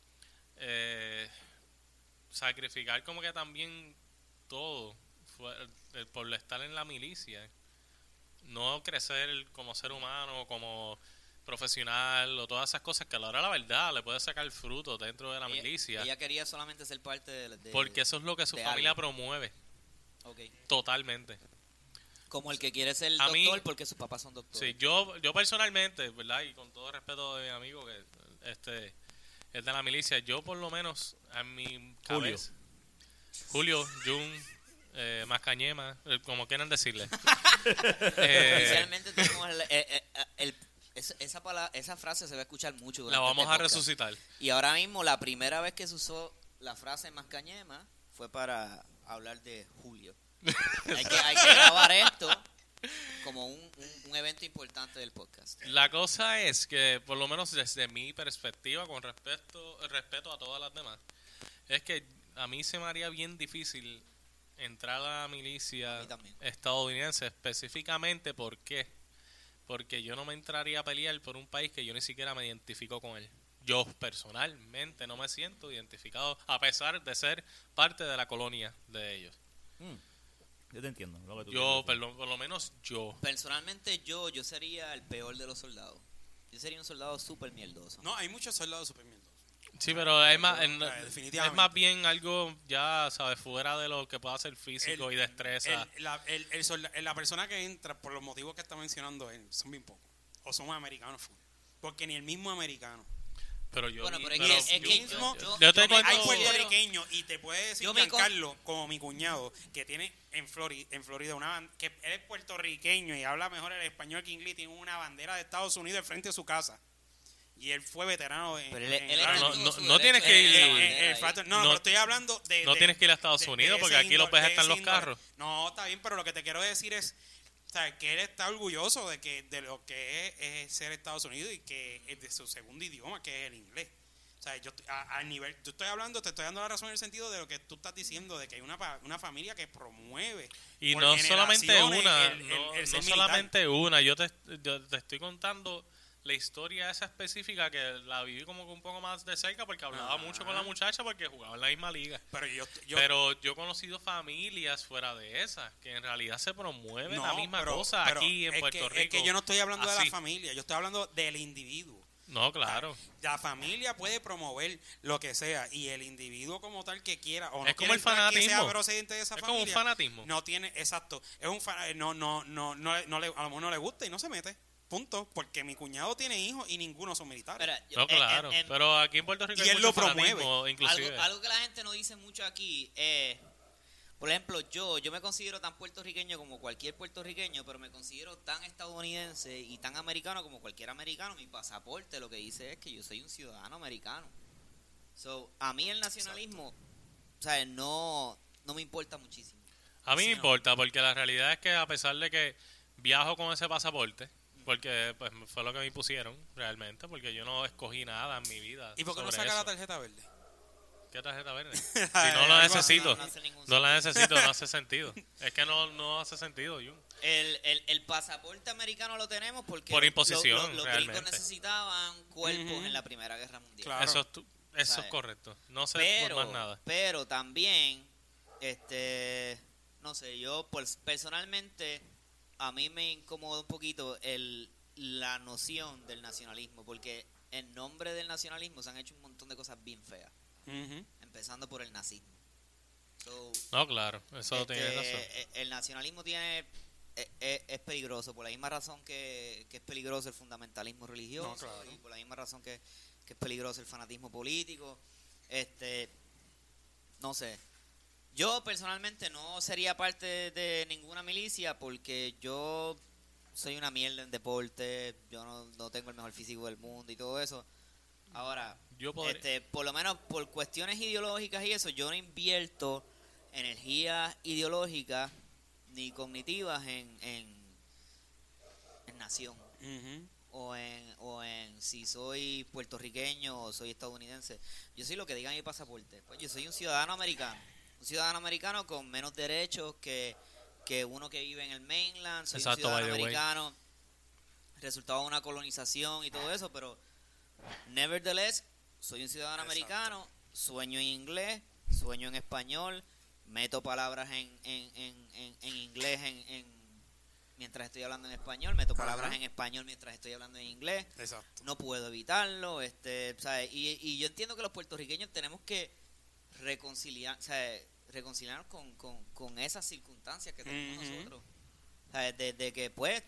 sacrificar como que también todo por estar en la milicia, no crecer como ser humano, como profesional o todas esas cosas que a la hora de la verdad le puede sacar fruto dentro de la milicia, Ella quería solamente ser parte porque eso es lo que su de familia algo. promueve Ok. totalmente. Como el que quiere ser A mí- doctor porque sus papás son doctores. Sí, yo personalmente, ¿verdad? Y con todo respeto de mi amigo que es de la milicia, yo por lo menos en mi cabeza, Julio, Jun, Mascañema, como quieran decirle. Oficialmente tenemos esa frase se va a escuchar mucho. La durante vamos este a podcast. resucitar. Y ahora mismo la primera vez que se usó la frase Mascañema fue para hablar de Julio. hay que grabar esto como un evento importante del podcast. La cosa es que, por lo menos desde mi perspectiva, con respeto a todas las demás, es que a mí se me haría bien difícil entrar a la A milicia mí también. estadounidense, específicamente, ¿por qué? Porque yo no me entraría a pelear por un país que yo ni siquiera me identifico con él. Yo personalmente no me siento identificado, a pesar de ser parte de la colonia de ellos. Yo te entiendo. Lo que tú Yo, quieres decir. por lo menos yo. Personalmente yo sería el peor de los soldados. Yo sería un soldado súper mierdoso. No, hay muchos soldados super mierdosos. Sí, pero es más, definitivamente. es más bien algo ya, ¿sabes? Fuera de lo que pueda ser físico y destreza. La persona que entra, por los motivos que está mencionando él, son bien pocos. O son americanos full. Porque ni el mismo americano. Pero yo... Bueno, pero Ni es que el mismo... yo te me cuento- Hay considero- puertorriqueños, y te puede decir Yo me con- Giancarlo, como mi cuñado, que tiene en Florida que él es puertorriqueño y habla mejor el español que inglés, tiene una bandera de Estados Unidos al frente de su casa. Y él fue veterano en... Pero él en- está en no, todo no, su no derecho tienes de que tener ir- la bandera ahí. no, pero estoy hablando de... No tienes que ir a Estados Unidos, porque aquí los ves están los carros. No, está bien, pero lo que te quiero decir es... O sea, que él está orgulloso de lo que es ser Estados Unidos y que es de su segundo idioma, que es el inglés. O sea, yo te estoy dando la razón en el sentido de lo que tú estás diciendo, de que hay una familia que promueve. Y por no solamente generaciones una, el no ser militar. solamente una. Yo te estoy contando la historia esa específica que la viví como que un poco más de cerca porque hablaba mucho con la muchacha porque jugaba en la misma liga. Pero Pero yo he conocido familias fuera de esas que en realidad se promueven la misma pero cosa aquí en Puerto Rico. Es que yo no estoy hablando de así. la familia, yo estoy hablando del individuo. No, claro. La familia puede promover lo que sea y el individuo como tal que quiera o no Es como quiera el entrar, que sea fanatismo. procedente de esa Es como familia, un fanatismo. no tiene, exacto, es un no le, a lo mejor no le gusta y no se mete. Punto, porque mi cuñado tiene hijos y ninguno son militares. Mira, No, claro. Pero aquí en Puerto Rico Y hay él mucho lo promueve. fanatismo, inclusive. Algo que la gente no dice mucho aquí es, por ejemplo, yo me considero tan puertorriqueño como cualquier puertorriqueño, pero me considero tan estadounidense y tan americano como cualquier americano. Mi pasaporte lo que dice es que yo soy un ciudadano americano. So, a mí el nacionalismo, o sea, no me importa muchísimo. A mí Sí, me no. importa, porque la realidad es que a pesar de que viajo con ese pasaporte, porque pues fue lo que me pusieron realmente, porque yo no escogí nada en mi vida. ¿Y por qué no sobre saca la eso. tarjeta verde? ¿Qué tarjeta verde? Si Ay, no lo algo así, necesito, no hace ningún no la necesito, no hace sentido. Es que no hace sentido, Jun. El pasaporte americano lo tenemos porque Por imposición, los realmente. gringos necesitaban cuerpos Ujú. en la Primera Guerra Mundial. Claro. Eso es ¿Sabes? correcto. No sé por más nada. Pero también, no sé, yo personalmente a mí me incomoda un poquito la noción del nacionalismo, porque en nombre del nacionalismo se han hecho un montón de cosas bien feas, Ujú. empezando por el nazismo. So, No, claro, eso tiene razón. el nacionalismo es peligroso por la misma razón que es peligroso el fundamentalismo religioso, No, claro. y por la misma razón que es peligroso el fanatismo político. No sé. Yo personalmente no sería parte de ninguna milicia porque yo soy una mierda en deporte, yo no tengo el mejor físico del mundo y todo eso. Ahora, Yo podría- por lo menos por cuestiones ideológicas y eso, yo no invierto energías ideológicas ni cognitivas en nación Ujú. o en si soy puertorriqueño o soy estadounidense. Yo soy lo que diga mi pasaporte. Pues yo soy un ciudadano americano. Un ciudadano americano con menos derechos que uno que vive en el mainland. Soy Exacto, un ciudadano by the way. americano resultado de una colonización y todo eso, pero nevertheless, soy un ciudadano Exacto. americano, sueño en inglés, sueño en español, meto palabras en inglés mientras estoy hablando en español, meto palabras Ajá. en español mientras estoy hablando en inglés. Exacto. No puedo evitarlo, ¿sabes? Y yo entiendo que los puertorriqueños tenemos que reconciliarnos con esas circunstancias que tenemos Ujú. nosotros. ¿Sabes? De que, pues,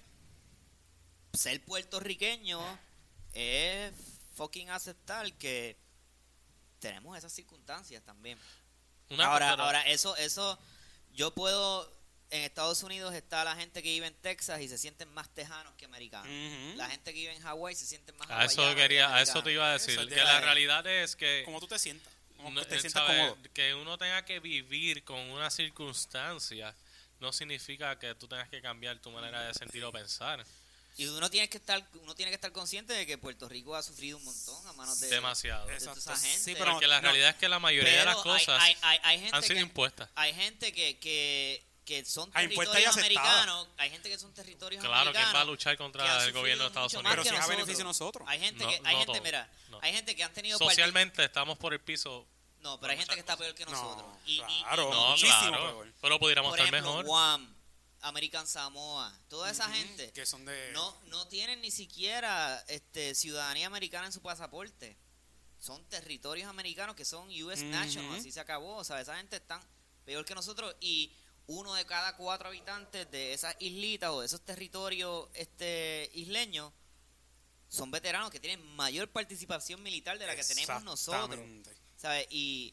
ser puertorriqueño es fucking aceptar que tenemos esas circunstancias también. Ahora eso, yo puedo... En Estados Unidos está la gente que vive en Texas y se sienten más tejanos que americanos. Ujú. La gente que vive en Hawái se sienten más a eso hawaianos que a eso te iba a americanos. decir, Eso que te- la realidad es que Como tú te sientas. Como no- te sientas ¿sabes? cómodo. Que uno tenga que vivir con una circunstancia no significa que tú tengas que cambiar tu manera de sentir o pensar. Y uno tiene que estar consciente de que Puerto Rico ha sufrido un montón a manos de Demasiado. de toda esa Exacto. gente. Sí, pero Porque la no. realidad es que la mayoría de las Pero cosas hay gente han sido que, impuestas. hay gente que son Ah, impuesta y territorios aceptada. americanos, hay gente que son territorios Claro, ¿quién americanos. va a luchar que contra han el gobierno de sufrido Estados mucho Unidos? más Pero que si es a nosotros. beneficio de nosotros. Hay gente No, que, no todo, no. hay gente que han tenido Socialmente estamos por el piso. no, pero hay gente que está peor que nosotros. No, Y- claro. No, muchísimo claro. peor. Pero pudiéramos por estar ejemplo, mejor. Guam, American Samoa, toda esa Ujú. gente Que son de... no tienen ni siquiera ciudadanía americana en su pasaporte. Son territorios americanos que son US Ujú. national, así se acabó. O sea, esa gente está peor que nosotros y 1 de cada 4 habitantes de esas islitas o de esos territorios isleños son veteranos que tienen mayor participación militar de la que tenemos nosotros. Exactamente. ¿Sabes? Y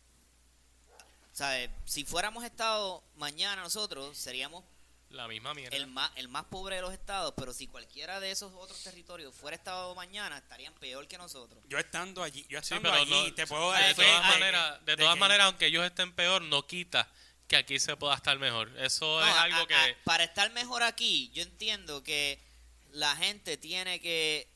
¿sabes? Si fuéramos estado mañana nosotros seríamos La misma mierda. el más pobre de los estados, pero si cualquiera de esos otros territorios fuera estado mañana, estarían peor que nosotros. Yo estando allí, Sí, pero no- te puedo dar de fe todas de- maneras, de que- maneras, aunque ellos estén peor, no quita que aquí se pueda estar mejor. Eso No, es algo que... para estar mejor aquí, yo entiendo que la gente tiene que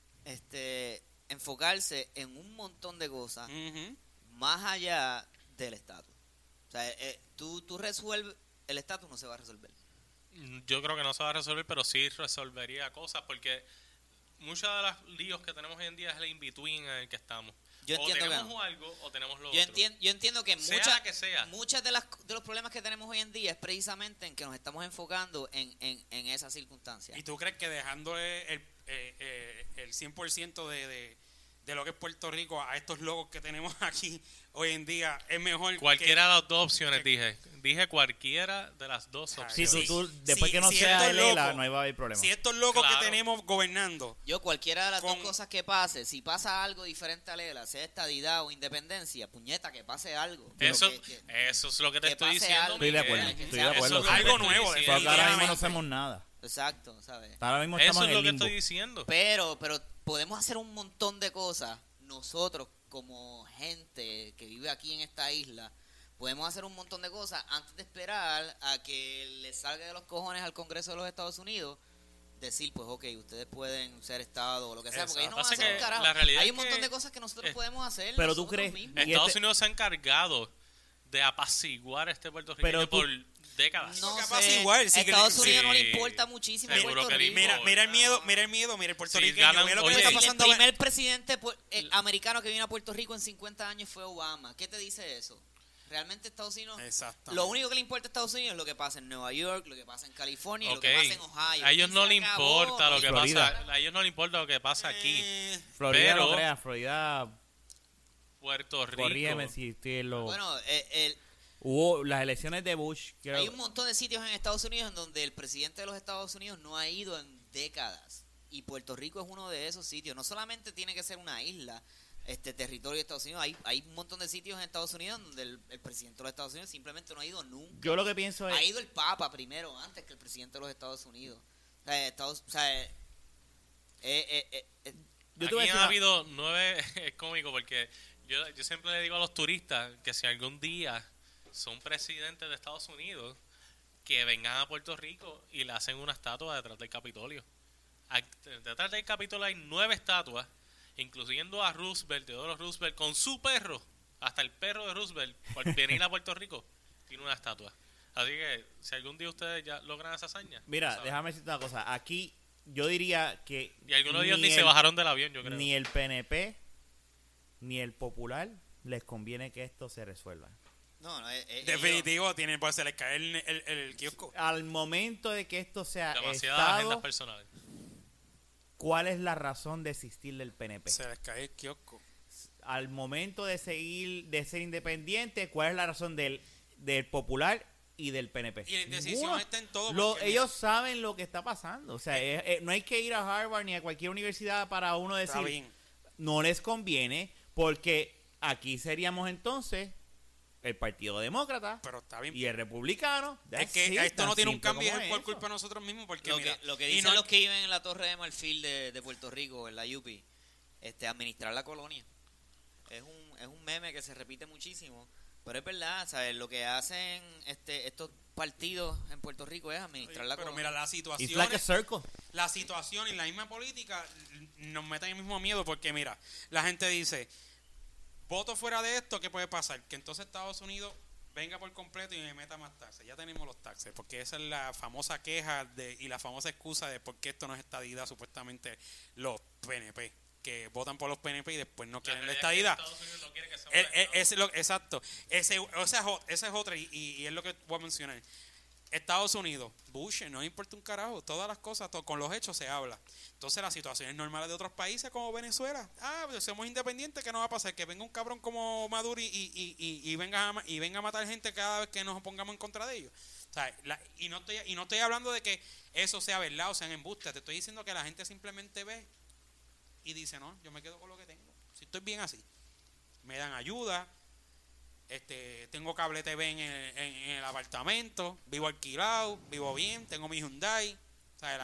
enfocarse en un montón de cosas Ujú. más allá del estatus. O sea, tú resuelves, el estatus no se va a resolver. Yo creo que no se va a resolver, pero sí resolvería cosas, porque muchos de los líos que tenemos hoy en día es el in-between en el que estamos. Yo o entiendo que tenemos no. algo o tenemos lo Yo otro. entiendo que Sea muchas la que sea. muchas de los problemas que tenemos hoy en día es precisamente en que nos estamos enfocando en esas circunstancias. ¿Y tú crees que dejándole el 100% de lo que es Puerto Rico a estos logos que tenemos aquí hoy en día es mejor Cualquiera de las dos opciones que- dije. Dije cualquiera de las dos Sí, Sí, opciones. después Sí, que no si sea esto es el ELA, loco, no va a haber problema. si estos locos Claro. que tenemos gobernando Yo cualquiera de las dos Con- cosas que pase, si pasa algo diferente a Lela, sea estadidad o independencia, puñeta, que pase algo. Eso, Que- eso es lo que te que estoy pase diciendo. algo. Estoy de acuerdo, Que estoy sea de acuerdo. Eso es lo que Algo te estoy nuevo, diciendo. Porque ahora mismo no definitivamente. hacemos nada. exacto, ¿sabes? Ahora mismo Eso estamos es en lo el que limbo. estoy diciendo. Pero podemos hacer un montón de cosas. Nosotros, como gente que vive aquí en esta isla, podemos hacer un montón de cosas antes de esperar a que le salga de los cojones al Congreso de los Estados Unidos decir, pues ok, ustedes pueden ser Estado o lo que sea, porque ellos no van a Pasa hacer un que carajo. la realidad Hay es un montón que- de cosas que nosotros eh, podemos hacer pero tú nosotros crees- mismos. y Estados este- Unidos se ha encargado de apaciguar a este puertorriqueño Pero tú- por décadas. No capaz sé, igual, si Estados que- Unidos no le sí, importa muchísimo a seguro Puerto que le Rico. importa. Mira el miedo, mira el puertorriqueño, ganan- mira lo que oye, le está El pasando. primer presidente americano que vino a Puerto Rico en 50 años fue Obama. ¿Qué te dice eso? Realmente Estados Unidos, Exactamente. lo único que le importa a Estados Unidos es lo que pasa en Nueva York, lo que pasa en California, y lo Ok. que pasa en Ohio. A ellos Y no se le acabó. importa lo que Florida. pasa. A ellos no le importa lo que pasa aquí. Florida Pero- no creas, Florida, Puerto Rico. corrígeme si estoy en lo... Bueno, Hubo las elecciones de Bush, creo... hay un montón de sitios en Estados Unidos en donde el presidente de los Estados Unidos no ha ido en décadas. Y Puerto Rico es uno de esos sitios. No solamente tiene que ser una isla, territorio de Estados Unidos. Hay un montón de sitios en Estados Unidos donde el presidente de los Estados Unidos simplemente no ha ido nunca. Yo lo que pienso Ha es... ido el Papa primero, antes que el presidente de los Estados Unidos. Yo te voy a Aquí decir han una- habido 9, es cómico porque yo siempre le digo a los turistas que si algún día son presidentes de Estados Unidos, que vengan a Puerto Rico y le hacen una estatua detrás del Capitolio. Detrás del Capitolio hay 9 estatuas, incluyendo a Roosevelt, Theodore Roosevelt, con su perro, hasta el perro de Roosevelt, por venir a Puerto Rico, tiene una estatua. Así que si algún día ustedes ya logran esa hazaña, Mira, ¿saben? déjame decirte una cosa. Aquí yo diría que... Y algunos de ellos ni se el- bajaron del avión, yo creo. Ni el PNP, ni el Popular les conviene que esto se resuelva. Definitivo, pues se les cae el kiosco. Al momento de que esto sea Demasiadas agendas Estado, personales. ¿cuál es la razón de existir del PNP? Se les cae el kiosco. Al momento de ser independiente, ¿cuál es la razón del Popular y del PNP? Y la indecisión Ninguna. está en todo. porque, Ellos saben lo que está pasando. O sea, no hay que ir a Harvard ni a cualquier universidad para uno está decir, bien. no les conviene, porque aquí seríamos entonces el Partido Demócrata Pero está bien. y el Republicano. Es que That's it, esto no tan tiene un simple cambio como es por eso. culpa de nosotros mismos. Porque Lo mira, que, lo que y dicen no- los que viven en la Torre de Marfil de Puerto Rico, en la UPI, administrar la colonia. Es un meme que se repite muchísimo, pero es verdad, ¿sabes? Lo que hacen estos partidos en Puerto Rico es administrar la pero colonia. mira, la It's situación, like a circle. la situación y la misma política nos meten el mismo miedo porque mira, la gente dice, voto fuera de esto, ¿qué puede pasar? Que entonces Estados Unidos venga por completo y me meta más taxes. Ya tenemos los taxes, porque esa es la famosa queja y la famosa excusa de por qué esto no es estadidad, supuestamente los PNP, que votan por los PNP y después no quieren la estadidad. Estados Unidos no quiere que sea un estado. Exacto. Esa es otra y es lo que voy a mencionar. Estados Unidos, Bush, no importa un carajo, todas las cosas, con los hechos se habla. Entonces las situaciones normales de otros países como Venezuela, pues somos independientes, ¿qué nos va a pasar? Que venga un cabrón como Maduro y venga a matar gente cada vez que nos pongamos en contra de ellos. O sea, y no estoy hablando de que eso sea verdad o sean embustes, te estoy diciendo que la gente simplemente ve y dice, no, yo me quedo con lo que tengo. Si estoy bien así, me dan ayuda. Tengo cable TV en el apartamento, vivo alquilado, vivo bien, tengo mi Hyundai. O sea,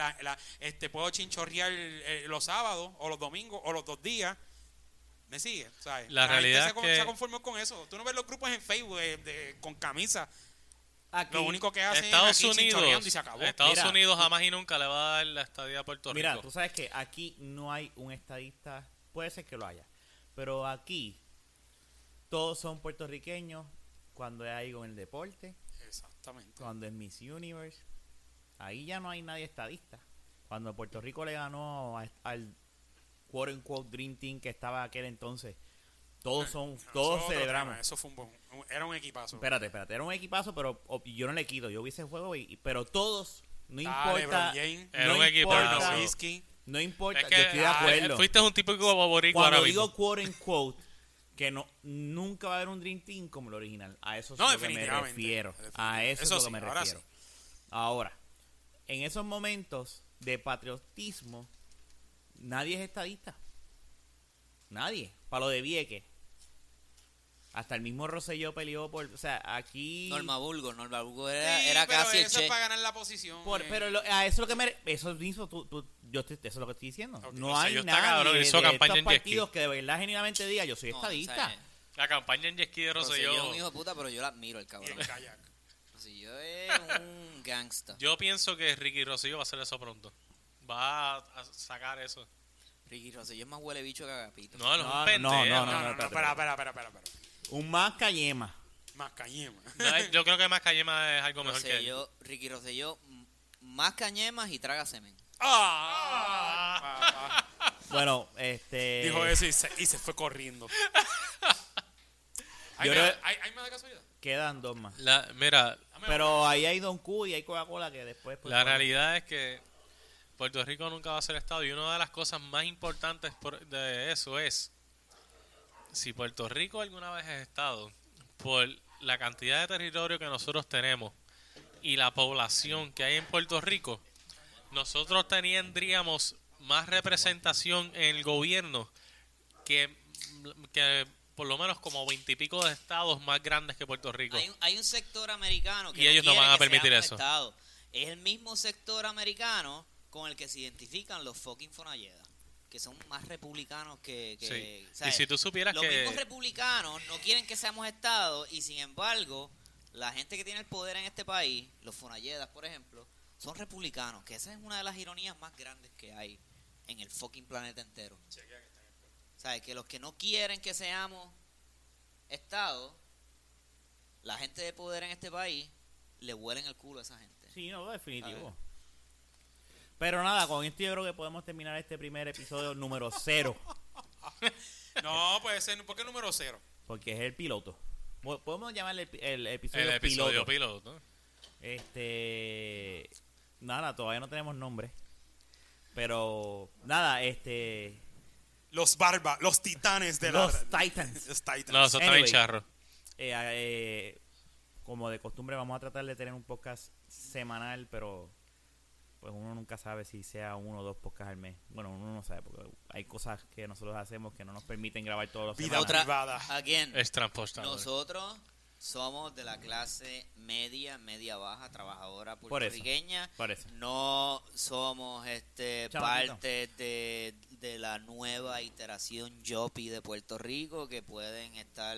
puedo chinchorrear los sábados o los domingos o los 2 días. ¿Me sigue? ¿Sabes? La realidad gente es que- se conformó con eso. Tú no ves los grupos en Facebook con camisa. Aquí, Lo único que hacen Estados es aquí chinchorreando Unidos, y se acabó. Estados Mira, Unidos jamás y nunca le va a dar la estadía a Puerto mira, Rico. tú sabes que aquí no hay un estadista, puede ser que lo haya, pero aquí todos son puertorriqueños cuando hay algo en el deporte, Exactamente. cuando es Miss Universe, ahí ya no hay nadie estadista. Cuando Puerto Rico le ganó al quote unquote Dream Team que estaba aquel entonces, todos Eso es todos otro celebramos. tema, eso fue era un equipazo. Espérate, era un equipazo, pero yo no le quito, yo vi ese juego, pero todos, no Dale, importa, LeBron James, Era no un equipazo. importa, Nowitzki. no importa, Es que yo estoy de acuerdo. fuiste un tipo boricua Cuando ahora digo mismo. quote unquote, que nunca va a haber un Dream Team como el original. A eso es No, lo que me definitivamente. refiero. A Definitivamente. eso, Eso es lo sí, que me ahora refiero. Ahora, en esos momentos de patriotismo, nadie es estadista. Nadie. Para lo de Vieques. Hasta el mismo Rosselló peleó por... O sea, aquí... Norma Burgos Sí, era pero casi el eso es Che. para ganar la posición. Pero a eso es lo que me... Eso mismo, eso es lo que estoy diciendo. Ok, No hay Rosselló está nadie cabrón, de hizo estos campaña en jet ski. partidos que de verdad genuinamente diga yo soy No, estadista. o sea, La campaña en jet ski de Rosselló es un Rosselló. hijo de puta, pero yo la admiro, el y cabrón. el kayak. Rosselló es un gangsta. Yo pienso que Ricky Rosselló va a hacer eso pronto. Va a sacar eso. Ricky Rosselló es más huele bicho que Agapito. No, él es No, un no, pendejo. no, No, espérate. espera. Un más cayema. Más cañema. No, yo creo que más Cayema es algo mejor que él. Ricky Rosselló, más cañemas y traga semen. Bueno, Dijo eso y se fue corriendo. Hay, Yo mira, creo- hay más de casualidad. Quedan 2 más. Mira, Pero ahí hay Don Q y hay Coca-Cola que después... pues, la realidad es que Puerto Rico nunca va a ser Estado y una de las cosas más importantes de eso es si Puerto Rico alguna vez es Estado, por la cantidad de territorio que nosotros tenemos y la población que hay en Puerto Rico, nosotros tendríamos más representación en el gobierno que por lo menos como 20 y pico de estados más grandes que Puerto Rico. Hay un sector americano que Y ellos no quiere van a que permitir seamos eso. Estado. Es el mismo sector americano con el que se identifican los fucking Fonalleda, que son más republicanos que Sí. ¿sabes? Y si tú supieras Los que mismos republicanos no quieren que seamos Estado y sin embargo la gente que tiene el poder en este país, los Fonalledas por ejemplo, son republicanos, que esa es una de las ironías más grandes que hay en el fucking planeta entero. ¿Sabes? Que los que no quieren que seamos Estado, la gente de poder en este país, le huelen el culo a esa gente. Sí, no, A definitivo. ver. Pero nada, con esto yo creo que podemos terminar este primer episodio número 0. No, puede ser. ¿Por qué número 0? Porque es el piloto. Podemos llamarle el el episodio, episodio piloto. piloto. Nada, todavía no tenemos nombre. Pero nada, Los Barba, los titanes de los la... Titans. Los Titans. No, eso está bien Anyway. charro. Como de costumbre vamos a tratar de tener un podcast semanal, pero pues uno nunca sabe si sea 1 o 2 podcasts al mes. Bueno, uno no sabe porque hay cosas que nosotros hacemos que no nos permiten grabar todos los Vida semanas. privada. Again, Es transpostado. nosotros somos de la clase media, media baja, trabajadora Por eso. puertorriqueña. Por eso. No somos Chamaquito. parte de la nueva iteración Yopi de Puerto Rico que pueden estar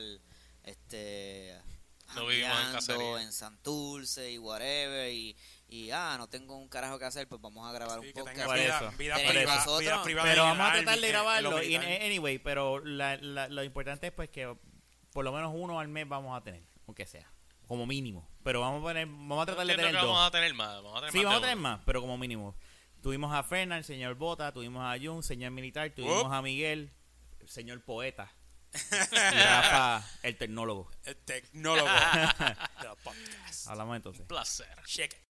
No vivimos en jangueando cacería. en Santurce y whatever y no tengo un carajo que hacer, pues vamos a grabar Sí, un que podcast. Por tenga eso. vida Pero privada. nosotros- Vida privada Pero en vamos a el tratar de Army, grabarlo. en lo Y, militar. anyway, pero lo importante es pues que por lo menos 1 al mes vamos a tener, aunque sea, como mínimo. Pero vamos a tratar de Entiendo tener que 2. vamos a tener más. Vamos a tener Sí, más vamos a de tener uno. más, pero como mínimo. Tuvimos a Fernan, el señor Bota, tuvimos a Jun, señor militar, tuvimos a Miguel, el señor poeta, y Rafa, el tecnólogo. El tecnólogo del podcast. Hablamos entonces. Placer. Check it.